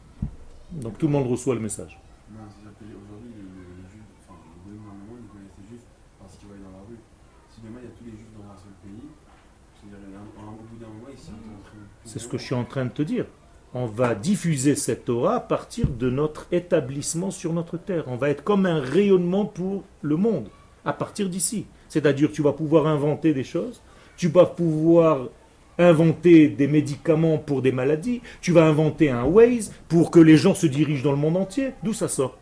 Donc tout le monde reçoit le message. Non, c'est-à-dire qu'aujourd'hui, les juifs, enfin, le gouvernement, ils connaissent les juifs parce qu'ils voient dans la rue. Si demain, il y a tous les juifs dans un seul pays, c'est-à-dire au bout d'un moment, ils sont en train de... C'est ce que je suis en train de te dire. On va diffuser cette Torah à partir de notre établissement sur notre terre. On va être comme un rayonnement pour le monde, à partir d'ici. C'est-à-dire que tu vas pouvoir inventer des choses, tu vas pouvoir inventer des médicaments pour des maladies, tu vas inventer un Waze pour que les gens se dirigent dans le monde entier. D'où ça sort?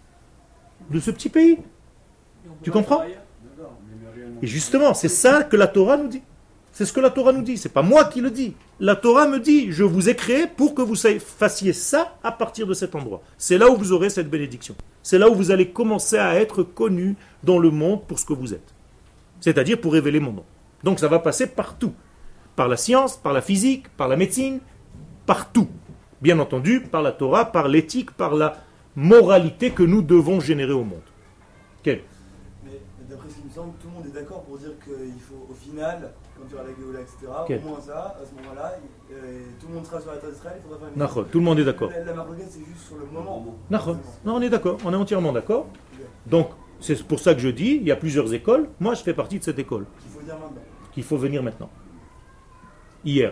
De ce petit pays. Tu comprends? Et justement, c'est ça que la Torah nous dit. C'est ce que la Torah nous dit, c'est pas moi qui le dis. La Torah me dit, je vous ai créé pour que vous fassiez ça à partir de cet endroit. C'est là où vous aurez cette bénédiction. C'est là où vous allez commencer à être connu dans le monde pour ce que vous êtes. C'est-à-dire pour révéler mon nom. Donc ça va passer partout. Par la science, par la physique, par la médecine, partout. Bien entendu, par la Torah, par l'éthique, par la moralité que nous devons générer au monde. Quel? Mais d'après ce qui me semble, tout le monde est d'accord pour dire qu'il faut, au final, quand il y aura la Géoula, etc., Quel? au moins ça, à ce moment-là, tout le monde sera sur la terre d'Israël, il faudra faire une... Nachon, tout le monde est d'accord. La Marocaine, c'est juste sur le moment. Nachon. Non, on est d'accord, on est entièrement d'accord. Donc, c'est pour ça que je dis, il y a plusieurs écoles. Moi, je fais partie de cette école. Il faut dire maintenant. Qu'il faut venir maintenant. Hier.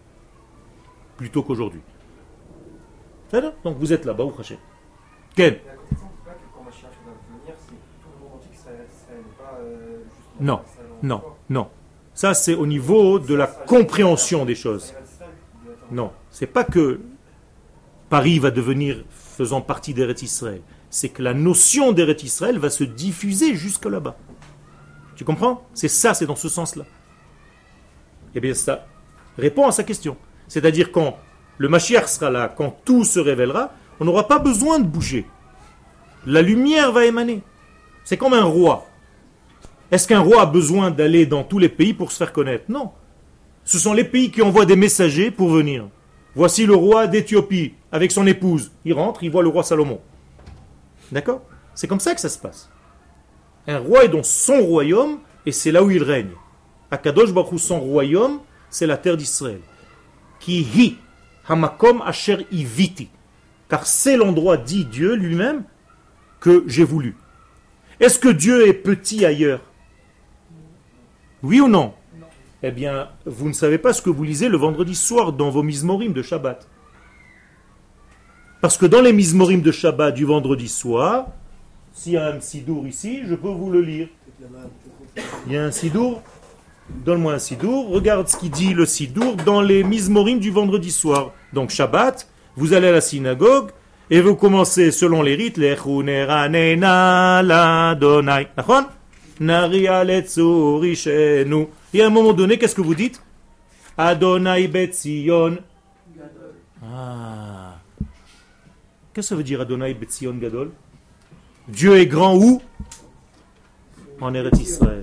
Plutôt qu'aujourd'hui. C'est ça? Donc, vous êtes là-bas, au Hachem. Ken? Mais à côté de ça, on ne dit pas que quand Mashiach va venir, c'est tout le monde entier qui serait pas juste... Non, non, non. Ça, c'est au niveau de la compréhension des choses. Non, c'est pas que Paris va devenir faisant partie d'Eretz Israël. C'est que la notion d'Eretz Israël va se diffuser jusque là-bas. Tu comprends? C'est ça, c'est dans ce sens-là. Eh bien, ça répond à sa question. C'est-à-dire quand le Mashiach sera là, quand tout se révélera, on n'aura pas besoin de bouger. La lumière va émaner. C'est comme un roi. Est-ce qu'un roi a besoin d'aller dans tous les pays pour se faire connaître? Non. Ce sont les pays qui envoient des messagers pour venir. Voici le roi d'Éthiopie avec son épouse. Il rentre, il voit le roi Salomon. D'accord? C'est comme ça que ça se passe. Un roi est dans son royaume et c'est là où il règne. Akadosh Baruch Hu, son royaume, c'est la terre d'Israël. Ki hi hamakom asher iviti. Car c'est l'endroit, dit Dieu lui-même, que j'ai voulu. Est-ce que Dieu est petit ailleurs? Oui ou non? Non. Eh bien, vous ne savez pas ce que vous lisez le vendredi soir dans vos mizmorim de Shabbat. Parce que dans les mizmorim de Shabbat du vendredi soir, s'il y a un sidour ici, je peux vous le lire. Il y a un sidour? Donne-moi un sidour. Regarde ce qu'il dit le sidour dans les mizmorim du vendredi soir. Donc Shabbat, vous allez à la synagogue et vous commencez selon les rites. Lechu neranena l'Adonai. Nachon? Nari aletzu rishenu. Et à un moment donné, qu'est-ce que vous dites? Adonai betzion. Ah. Qu'est-ce que ça veut dire Adonai betzion gadol? Dieu est grand où? En Eretz Israël.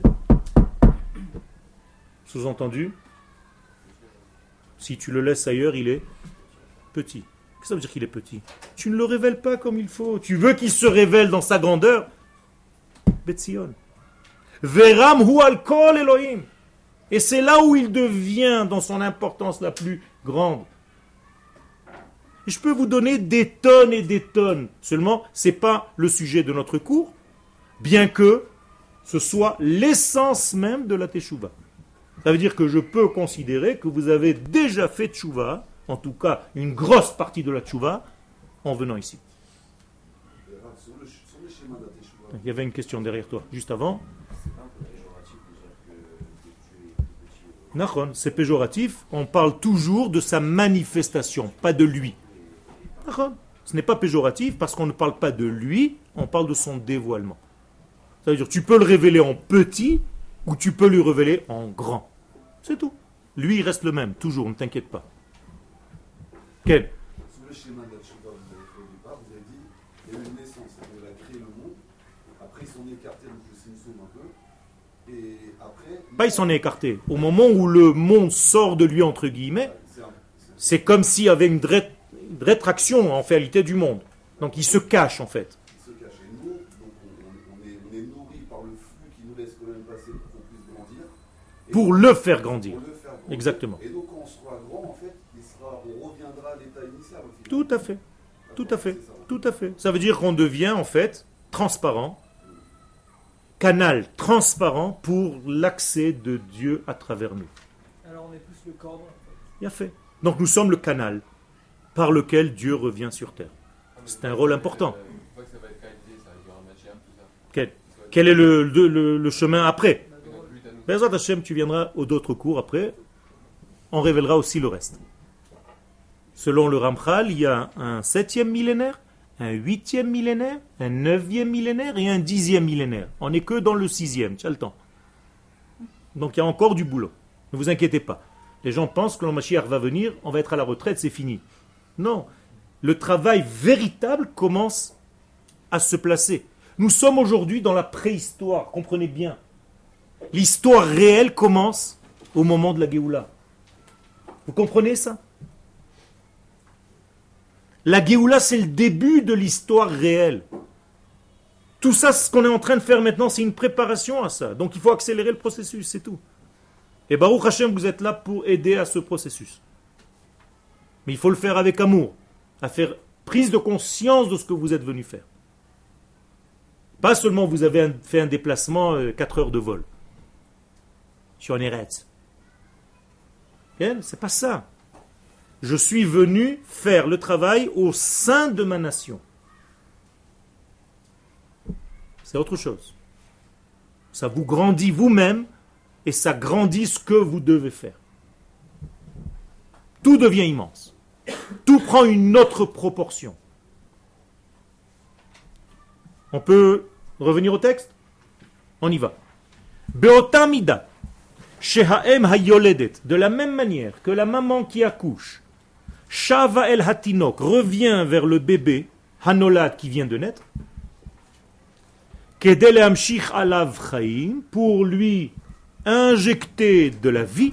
Sous-entendu, si tu le laisses ailleurs, il est petit. Qu'est-ce que ça veut dire qu'il est petit? Tu ne le révèles pas comme il faut. Tu veux qu'il se révèle dans sa grandeur? Betzion. Veram hu al kol Elohim. Et c'est là où il devient dans son importance la plus grande. Et je peux vous donner des tonnes et des tonnes. Seulement, ce n'est pas le sujet de notre cours, bien que ce soit l'essence même de la teshuva. Ça veut dire que je peux considérer que vous avez déjà fait teshuva, en tout cas une grosse partie de la teshuva, en venant ici. Sur le schéma de la Teshuvah, Il y avait une question derrière toi, juste avant. Nachon, c'est péjoratif, on parle toujours de sa manifestation, pas de lui. Nachon, ce n'est pas péjoratif parce qu'on ne parle pas de lui, on parle de son dévoilement. Ça veut dire tu peux le révéler en petit ou tu peux lui révéler en grand. C'est tout. Lui, il reste le même, toujours, ne t'inquiète pas. Quel? sur le schéma de la Teshuvah, vous avez fait au départ, vous avez dit il y a eu une naissance, il a créé le monde, après ils s'en est écartés, donc le Simpson un peu, et après. Pas il s'en est écarté. Au moment où le monde sort de lui, entre guillemets, c'est comme s'il y avait une rétraction en réalité du monde. Donc il se cache en fait. Il se cache. Et nous, donc on est nourris par le flux qui nous laisse quand même passer pour qu'on puisse grandir. Et Pour le faire grandir. pour le faire grandir. Exactement. Et donc quand on sera grand, en fait, on reviendra à l'état initial au final. Tout à fait. Tout à fait. C'est ça. Tout à fait. Ça veut dire qu'on devient en fait transparent, canal transparent pour l'accès de Dieu à travers nous. Alors on est plus le cordon. En fait. Bien fait. Donc nous sommes le canal par lequel Dieu revient sur terre. C'est un rôle important. Une fois que ça va être qualifié, ça va être un Mashiach, tout ça. Quel est le chemin après? On a le droit. Bezrat Hashem, tu viendras aux d'autres cours après. On révélera aussi le reste. Selon le Ramchal, il y a un 7e millénaire, un 8e millénaire, un 9e millénaire et un 10e millénaire. On n'est que dans le 6e, tu as le temps. Donc il y a encore du boulot. Ne vous inquiétez pas. Les gens pensent que le Mashiach va venir, on va être à la retraite, c'est fini. Non. Le travail véritable commence à se placer. Nous sommes aujourd'hui dans la préhistoire, comprenez bien. L'histoire réelle commence au moment de la Géoula. Vous comprenez ça? La Géoula, c'est le début de l'histoire réelle. Tout ça, ce qu'on est en train de faire maintenant, c'est une préparation à ça. Donc il faut accélérer le processus, c'est tout. Et Baruch Hashem, vous êtes là pour aider à ce processus. Mais il faut le faire avec amour, à faire prise de conscience de ce que vous êtes venu faire. Pas seulement vous avez fait un déplacement 4 heures de vol. Sur un Eretz. C'est pas ça. Je suis venu faire le travail au sein de ma nation. C'est autre chose. Ça vous grandit vous-même et ça grandit ce que vous devez faire. Tout devient immense. Tout prend une autre proportion. On peut revenir au texte? On y va. Beotamida, shehaem hayoledet, de la même manière que la maman qui accouche, shava el hatinok, revient vers le bébé, hanolad qui vient de naître, kedele amshich alav chaim, pour lui injecter de la vie,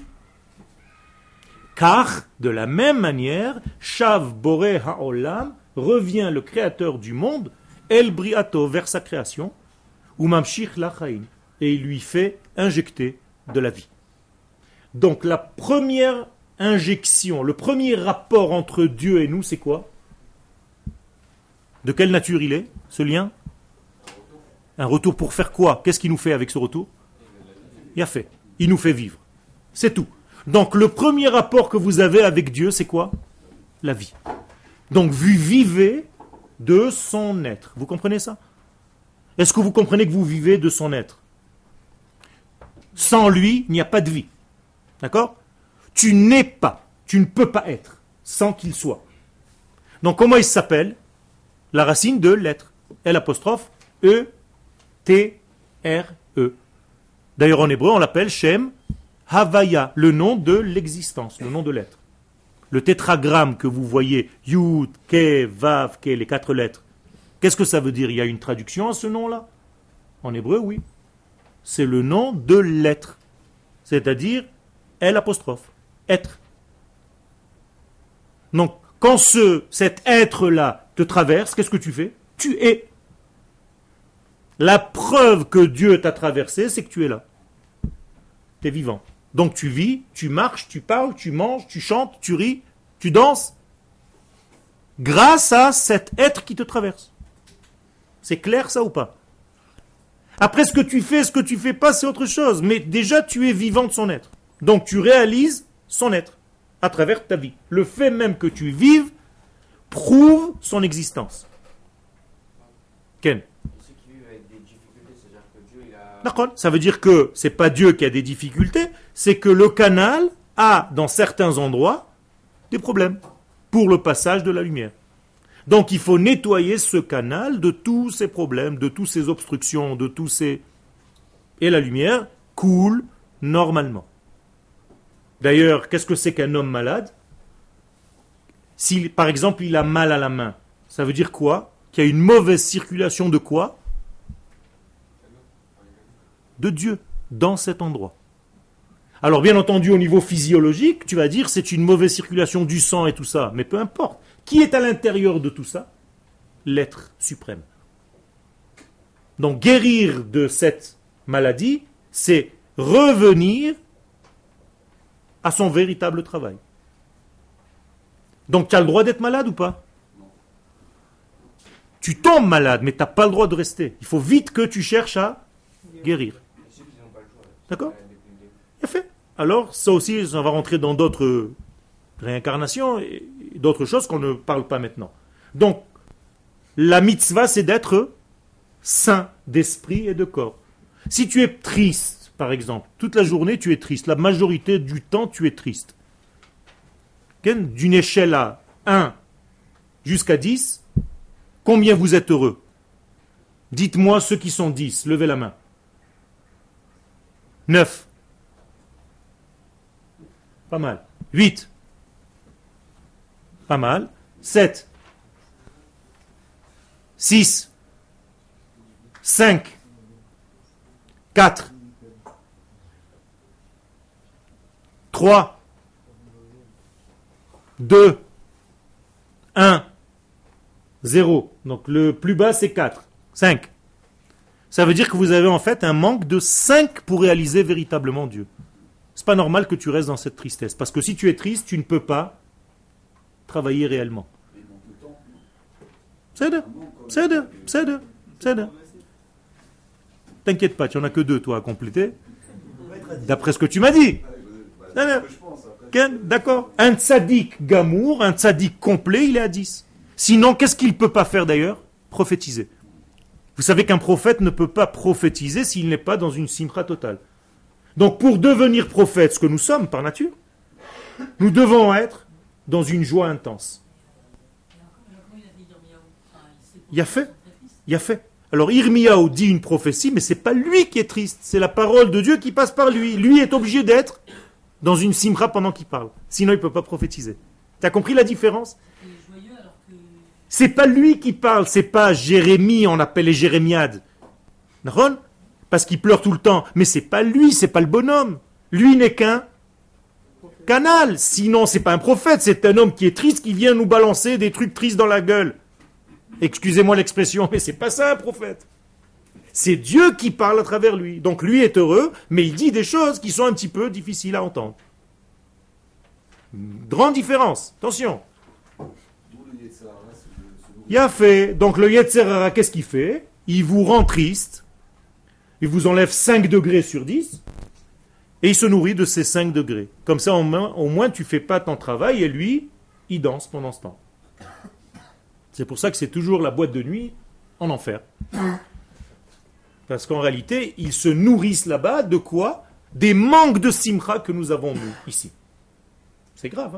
car de la même manière, shav boré haolam, revient le créateur du monde, El Briato, vers sa création, ou Mamshich Lachaim, et il lui fait injecter de la vie. Donc la première injection, le premier rapport entre Dieu et nous, c'est quoi? De quelle nature il est, ce lien? Un retour pour faire quoi? Qu'est-ce qu'il nous fait avec ce retour? Il a fait. Il nous fait vivre. C'est tout. Donc le premier rapport que vous avez avec Dieu, c'est quoi? La vie. Donc vous vivez de son être. Vous comprenez ça? Est-ce que vous comprenez que vous vivez de son être? Sans lui, il n'y a pas de vie. D'accord? Tu n'es pas, tu ne peux pas être sans qu'il soit. Donc comment il s'appelle? La racine de l'être. L apostrophe E T R E. D'ailleurs en hébreu on l'appelle Shem Havaya, le nom de l'existence, le nom de l'être. Le tétragramme que vous voyez, Yud, Ke, Vav, Ke, les 4 lettres, qu'est-ce que ça veut dire? Il y a une traduction à ce nom-là? En hébreu, oui. C'est le nom de l'être. C'est-à-dire, L apostrophe, être. Donc, quand cet être-là te traverse, qu'est-ce que tu fais? Tu es. La preuve que Dieu t'a traversé, c'est que tu es là. Tu es vivant. Donc tu vis, tu marches, tu parles, tu manges, tu chantes, tu ris, tu danses, grâce à cet être qui te traverse. C'est clair ça ou pas? Après ce que tu fais pas, c'est autre chose. Mais déjà tu es vivant de son être. Donc tu réalises son être à travers ta vie. Le fait même que tu vives prouve son existence. Ken? D'accord. Ça veut dire que c'est pas Dieu qui a des difficultés, c'est que le canal a, dans certains endroits, des problèmes pour le passage de la lumière. Donc il faut nettoyer ce canal de tous ces problèmes, de toutes ces obstructions, de tous ces... Et la lumière coule normalement. D'ailleurs, qu'est-ce que c'est qu'un homme malade? Si, par exemple, il a mal à la main, ça veut dire quoi? Qu'il y a une mauvaise circulation de quoi? De Dieu, dans cet endroit. Alors bien entendu, au niveau physiologique, tu vas dire c'est une mauvaise circulation du sang et tout ça, mais peu importe. Qui est à l'intérieur de tout ça? L'être suprême. Donc guérir de cette maladie, c'est revenir à son véritable travail. Donc tu as le droit d'être malade ou pas? Tu tombes malade, mais tu n'as pas le droit de rester. Il faut vite que tu cherches à guérir. D'accord? Bien fait. Alors, ça aussi, ça va rentrer dans d'autres réincarnations et d'autres choses qu'on ne parle pas maintenant. Donc, la mitzvah, c'est d'être sain d'esprit et de corps. Si tu es triste, par exemple, toute la journée, tu es triste. La majorité du temps, tu es triste. D'une échelle à 1 jusqu'à 10, combien vous êtes heureux? Dites-moi ceux qui sont 10, levez la main. 9. Pas mal. 8. Pas mal. 7. 6. 5. 4. 3. 2. 1. 0. Donc le plus bas c'est 4. 5. Ça veut dire que vous avez en fait un manque de 5 pour réaliser véritablement Dieu. C'est pas normal que tu restes dans cette tristesse. Parce que si tu es triste, tu ne peux pas travailler réellement. C'est. T'inquiète pas, tu n'en as que 2 toi à compléter. D'après ce que tu m'as dit. D'accord. Un tzaddik gamour, un tzaddik complet, il est à 10. Sinon, qu'est-ce qu'il ne peut pas faire d'ailleurs? Prophétiser. Vous savez qu'un prophète ne peut pas prophétiser s'il n'est pas dans une simcha totale. Donc pour devenir prophète, ce que nous sommes par nature, nous devons être dans une joie intense. Il a fait. Alors Irmiyahu dit une prophétie, mais c'est pas lui qui est triste, c'est la parole de Dieu qui passe par lui. Lui est obligé d'être dans une simcha pendant qu'il parle. Sinon il ne peut pas prophétiser. Tu as compris la différence? C'est pas lui qui parle, c'est pas Jérémie, on appelle les Jérémiades. Parce qu'il pleure tout le temps. Mais c'est pas lui, c'est pas le bonhomme. Lui n'est qu'un canal. Sinon, c'est pas un prophète, c'est un homme qui est triste, qui vient nous balancer des trucs tristes dans la gueule. Excusez-moi l'expression, mais c'est pas ça un prophète. C'est Dieu qui parle à travers lui. Donc lui est heureux, mais il dit des choses qui sont un petit peu difficiles à entendre. Grande différence. Attention. Il a fait. Donc le Yetzer Hara, qu'est-ce qu'il fait? Il vous rend triste. Il vous enlève 5 degrés sur 10. Et il se nourrit de ces 5 degrés. Comme ça, au moins, tu ne fais pas ton travail. Et lui, il danse pendant ce temps. C'est pour ça que c'est toujours la boîte de nuit en enfer. Parce qu'en réalité, ils se nourrissent là-bas de quoi? Des manques de simcha que nous avons, nous, ici. C'est grave. Hein?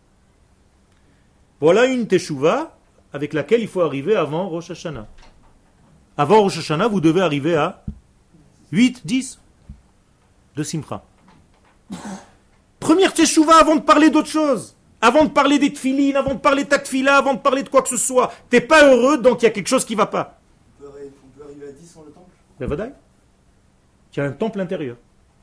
Voilà une teshuva avec laquelle il faut arriver avant Rosh Hashanah. Avant Rosh Hashanah, vous devez arriver à 8, 10 de simcha. Première teshuva avant de parler d'autre chose. Avant de parler des tfilines, avant de parler de ta tfila, avant de parler de quoi que ce soit. T'es pas heureux, donc il y a quelque chose qui ne va pas. On peut arriver à 10 sans le temple? La Vadaï. Tu as un temple intérieur.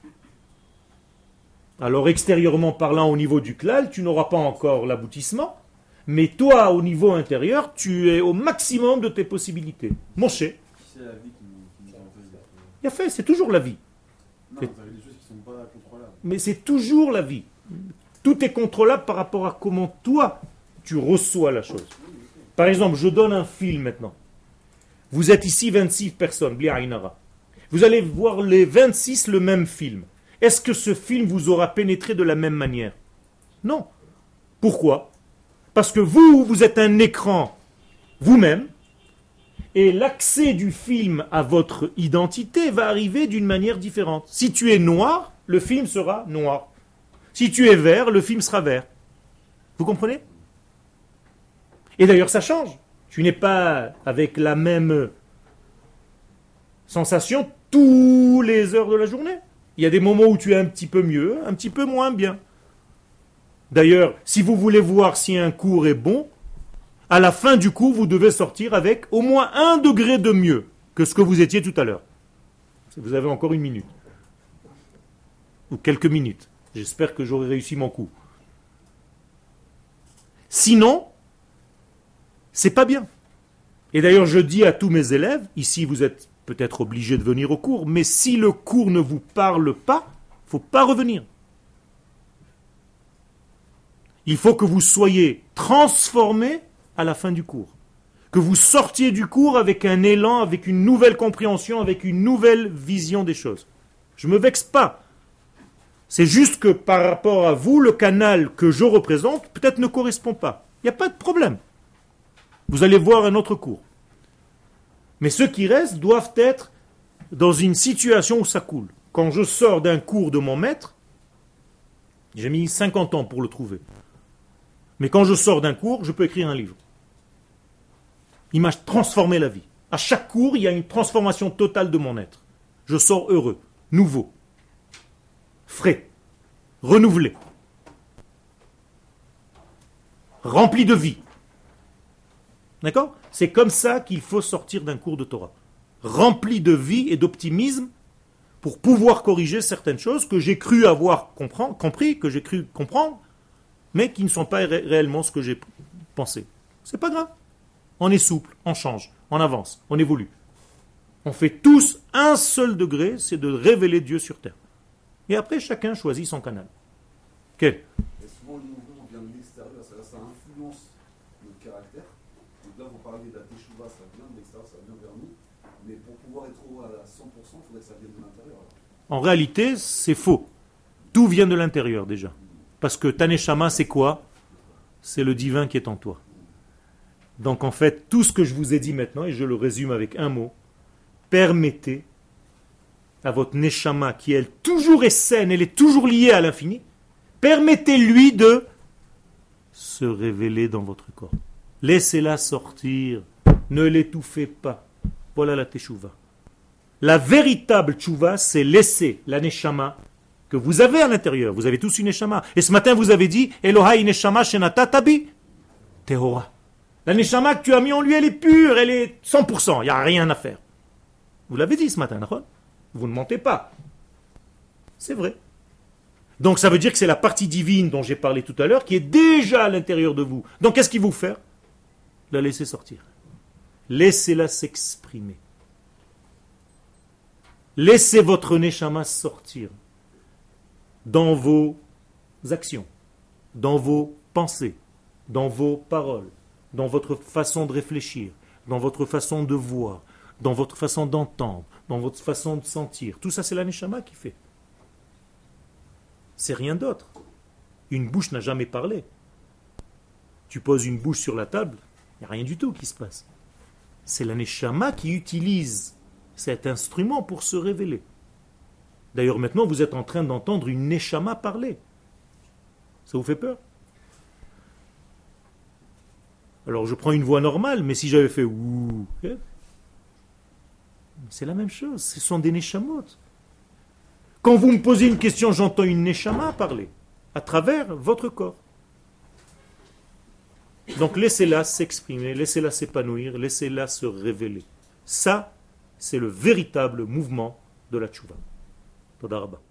Alors extérieurement parlant, au niveau du klal, tu n'auras pas encore l'aboutissement. Mais toi, au niveau intérieur, tu es au maximum de tes possibilités. Moshe. C'est la vie qui nous empêche. Il a fait, c'est toujours la vie. Non, vous avez des choses qui ne sont pas contrôlables. Mais c'est toujours la vie. Tout est contrôlable par rapport à comment toi, tu reçois la chose. Par exemple, je donne un film maintenant. Vous êtes ici 26 personnes, Bli Ainara. Vous allez voir les 26 le même film. Est-ce que ce film vous aura pénétré de la même manière? Non. Pourquoi? Parce que vous êtes un écran vous-même, et l'accès du film à votre identité va arriver d'une manière différente. Si tu es noir, le film sera noir. Si tu es vert, le film sera vert. Vous comprenez? Et d'ailleurs, ça change. Tu n'es pas avec la même sensation tous les heures de la journée. Il y a des moments où tu es un petit peu mieux, un petit peu moins bien. D'ailleurs, si vous voulez voir si un cours est bon, à la fin du cours, vous devez sortir avec au moins 1 degré de mieux que ce que vous étiez tout à l'heure. Vous avez encore 1 minute. Ou quelques minutes. J'espère que j'aurai réussi mon coup. Sinon, c'est pas bien. Et d'ailleurs, je dis à tous mes élèves, ici vous êtes peut-être obligés de venir au cours, mais si le cours ne vous parle pas, il ne faut pas revenir. Il faut que vous soyez transformés à la fin du cours. Que vous sortiez du cours avec un élan, avec une nouvelle compréhension, avec une nouvelle vision des choses. Je ne me vexe pas. C'est juste que par rapport à vous, le canal que je représente peut-être ne correspond pas. Il n'y a pas de problème. Vous allez voir un autre cours. Mais ceux qui restent doivent être dans une situation où ça coule. Quand je sors d'un cours de mon maître, j'ai mis 50 ans pour le trouver. Mais quand je sors d'un cours, je peux écrire un livre. Il m'a transformé la vie. À chaque cours, il y a une transformation totale de mon être. Je sors heureux, nouveau, frais, renouvelé. rempli de vie. D'accord? C'est comme ça qu'il faut sortir d'un cours de Torah. Rempli de vie et d'optimisme pour pouvoir corriger certaines choses que j'ai cru avoir compris, que j'ai cru comprendre, mais qui ne sont pas réellement ce que j'ai pensé. C'est pas grave. On est souple, on change, on avance, on évolue. On fait tous un seul degré, c'est de révéler Dieu sur terre. Et après, chacun choisit son canal. Quel? Et souvent, le mouvement vient de l'extérieur, ça influence notre caractère. Donc là, vous parliez de la teshuva, ça vient de l'extérieur, ça vient vers nous. Mais pour pouvoir être heureux à 100%, il faudrait que ça vienne de l'intérieur. En réalité, c'est faux. Tout vient de l'intérieur déjà. Parce que ta neshama, c'est quoi? C'est le divin qui est en toi. Donc en fait, tout ce que je vous ai dit maintenant, et je le résume avec un mot, permettez à votre neshama, qui elle toujours est saine, elle est toujours liée à l'infini, permettez-lui de se révéler dans votre corps. Laissez-la sortir, ne l'étouffez pas. Voilà la teshuva. La véritable teshuva, c'est laisser la neshama que vous avez à l'intérieur. Vous avez tous une neshama. Et ce matin, vous avez dit, Elohai neshama shenata tabi tehora. La neshama que tu as mis en lui, elle est pure, elle est 100%, il n'y a rien à faire. Vous l'avez dit ce matin, d'accord? Vous ne mentez pas. C'est vrai. Donc ça veut dire que c'est la partie divine dont j'ai parlé tout à l'heure qui est déjà à l'intérieur de vous. Donc qu'est-ce qu'il vous fait? La laisser sortir. Laissez-la s'exprimer. Laissez votre neshama sortir dans vos actions, dans vos pensées, dans vos paroles, dans votre façon de réfléchir, dans votre façon de voir, dans votre façon d'entendre, dans votre façon de sentir. Tout ça, c'est la neshama qui fait. C'est rien d'autre. Une bouche n'a jamais parlé. Tu poses une bouche sur la table, il n'y a rien du tout qui se passe. C'est la neshama qui utilise cet instrument pour se révéler. D'ailleurs, maintenant, vous êtes en train d'entendre une neshama parler. Ça vous fait peur? Alors, je prends une voix normale, mais si j'avais fait ouh, c'est la même chose. Ce sont des neshamot. Quand vous me posez une question, j'entends une neshama parler à travers votre corps. Donc, laissez-la s'exprimer, laissez-la s'épanouir, laissez-la se révéler. Ça, c'est le véritable mouvement de la tchouva. Toda rabba.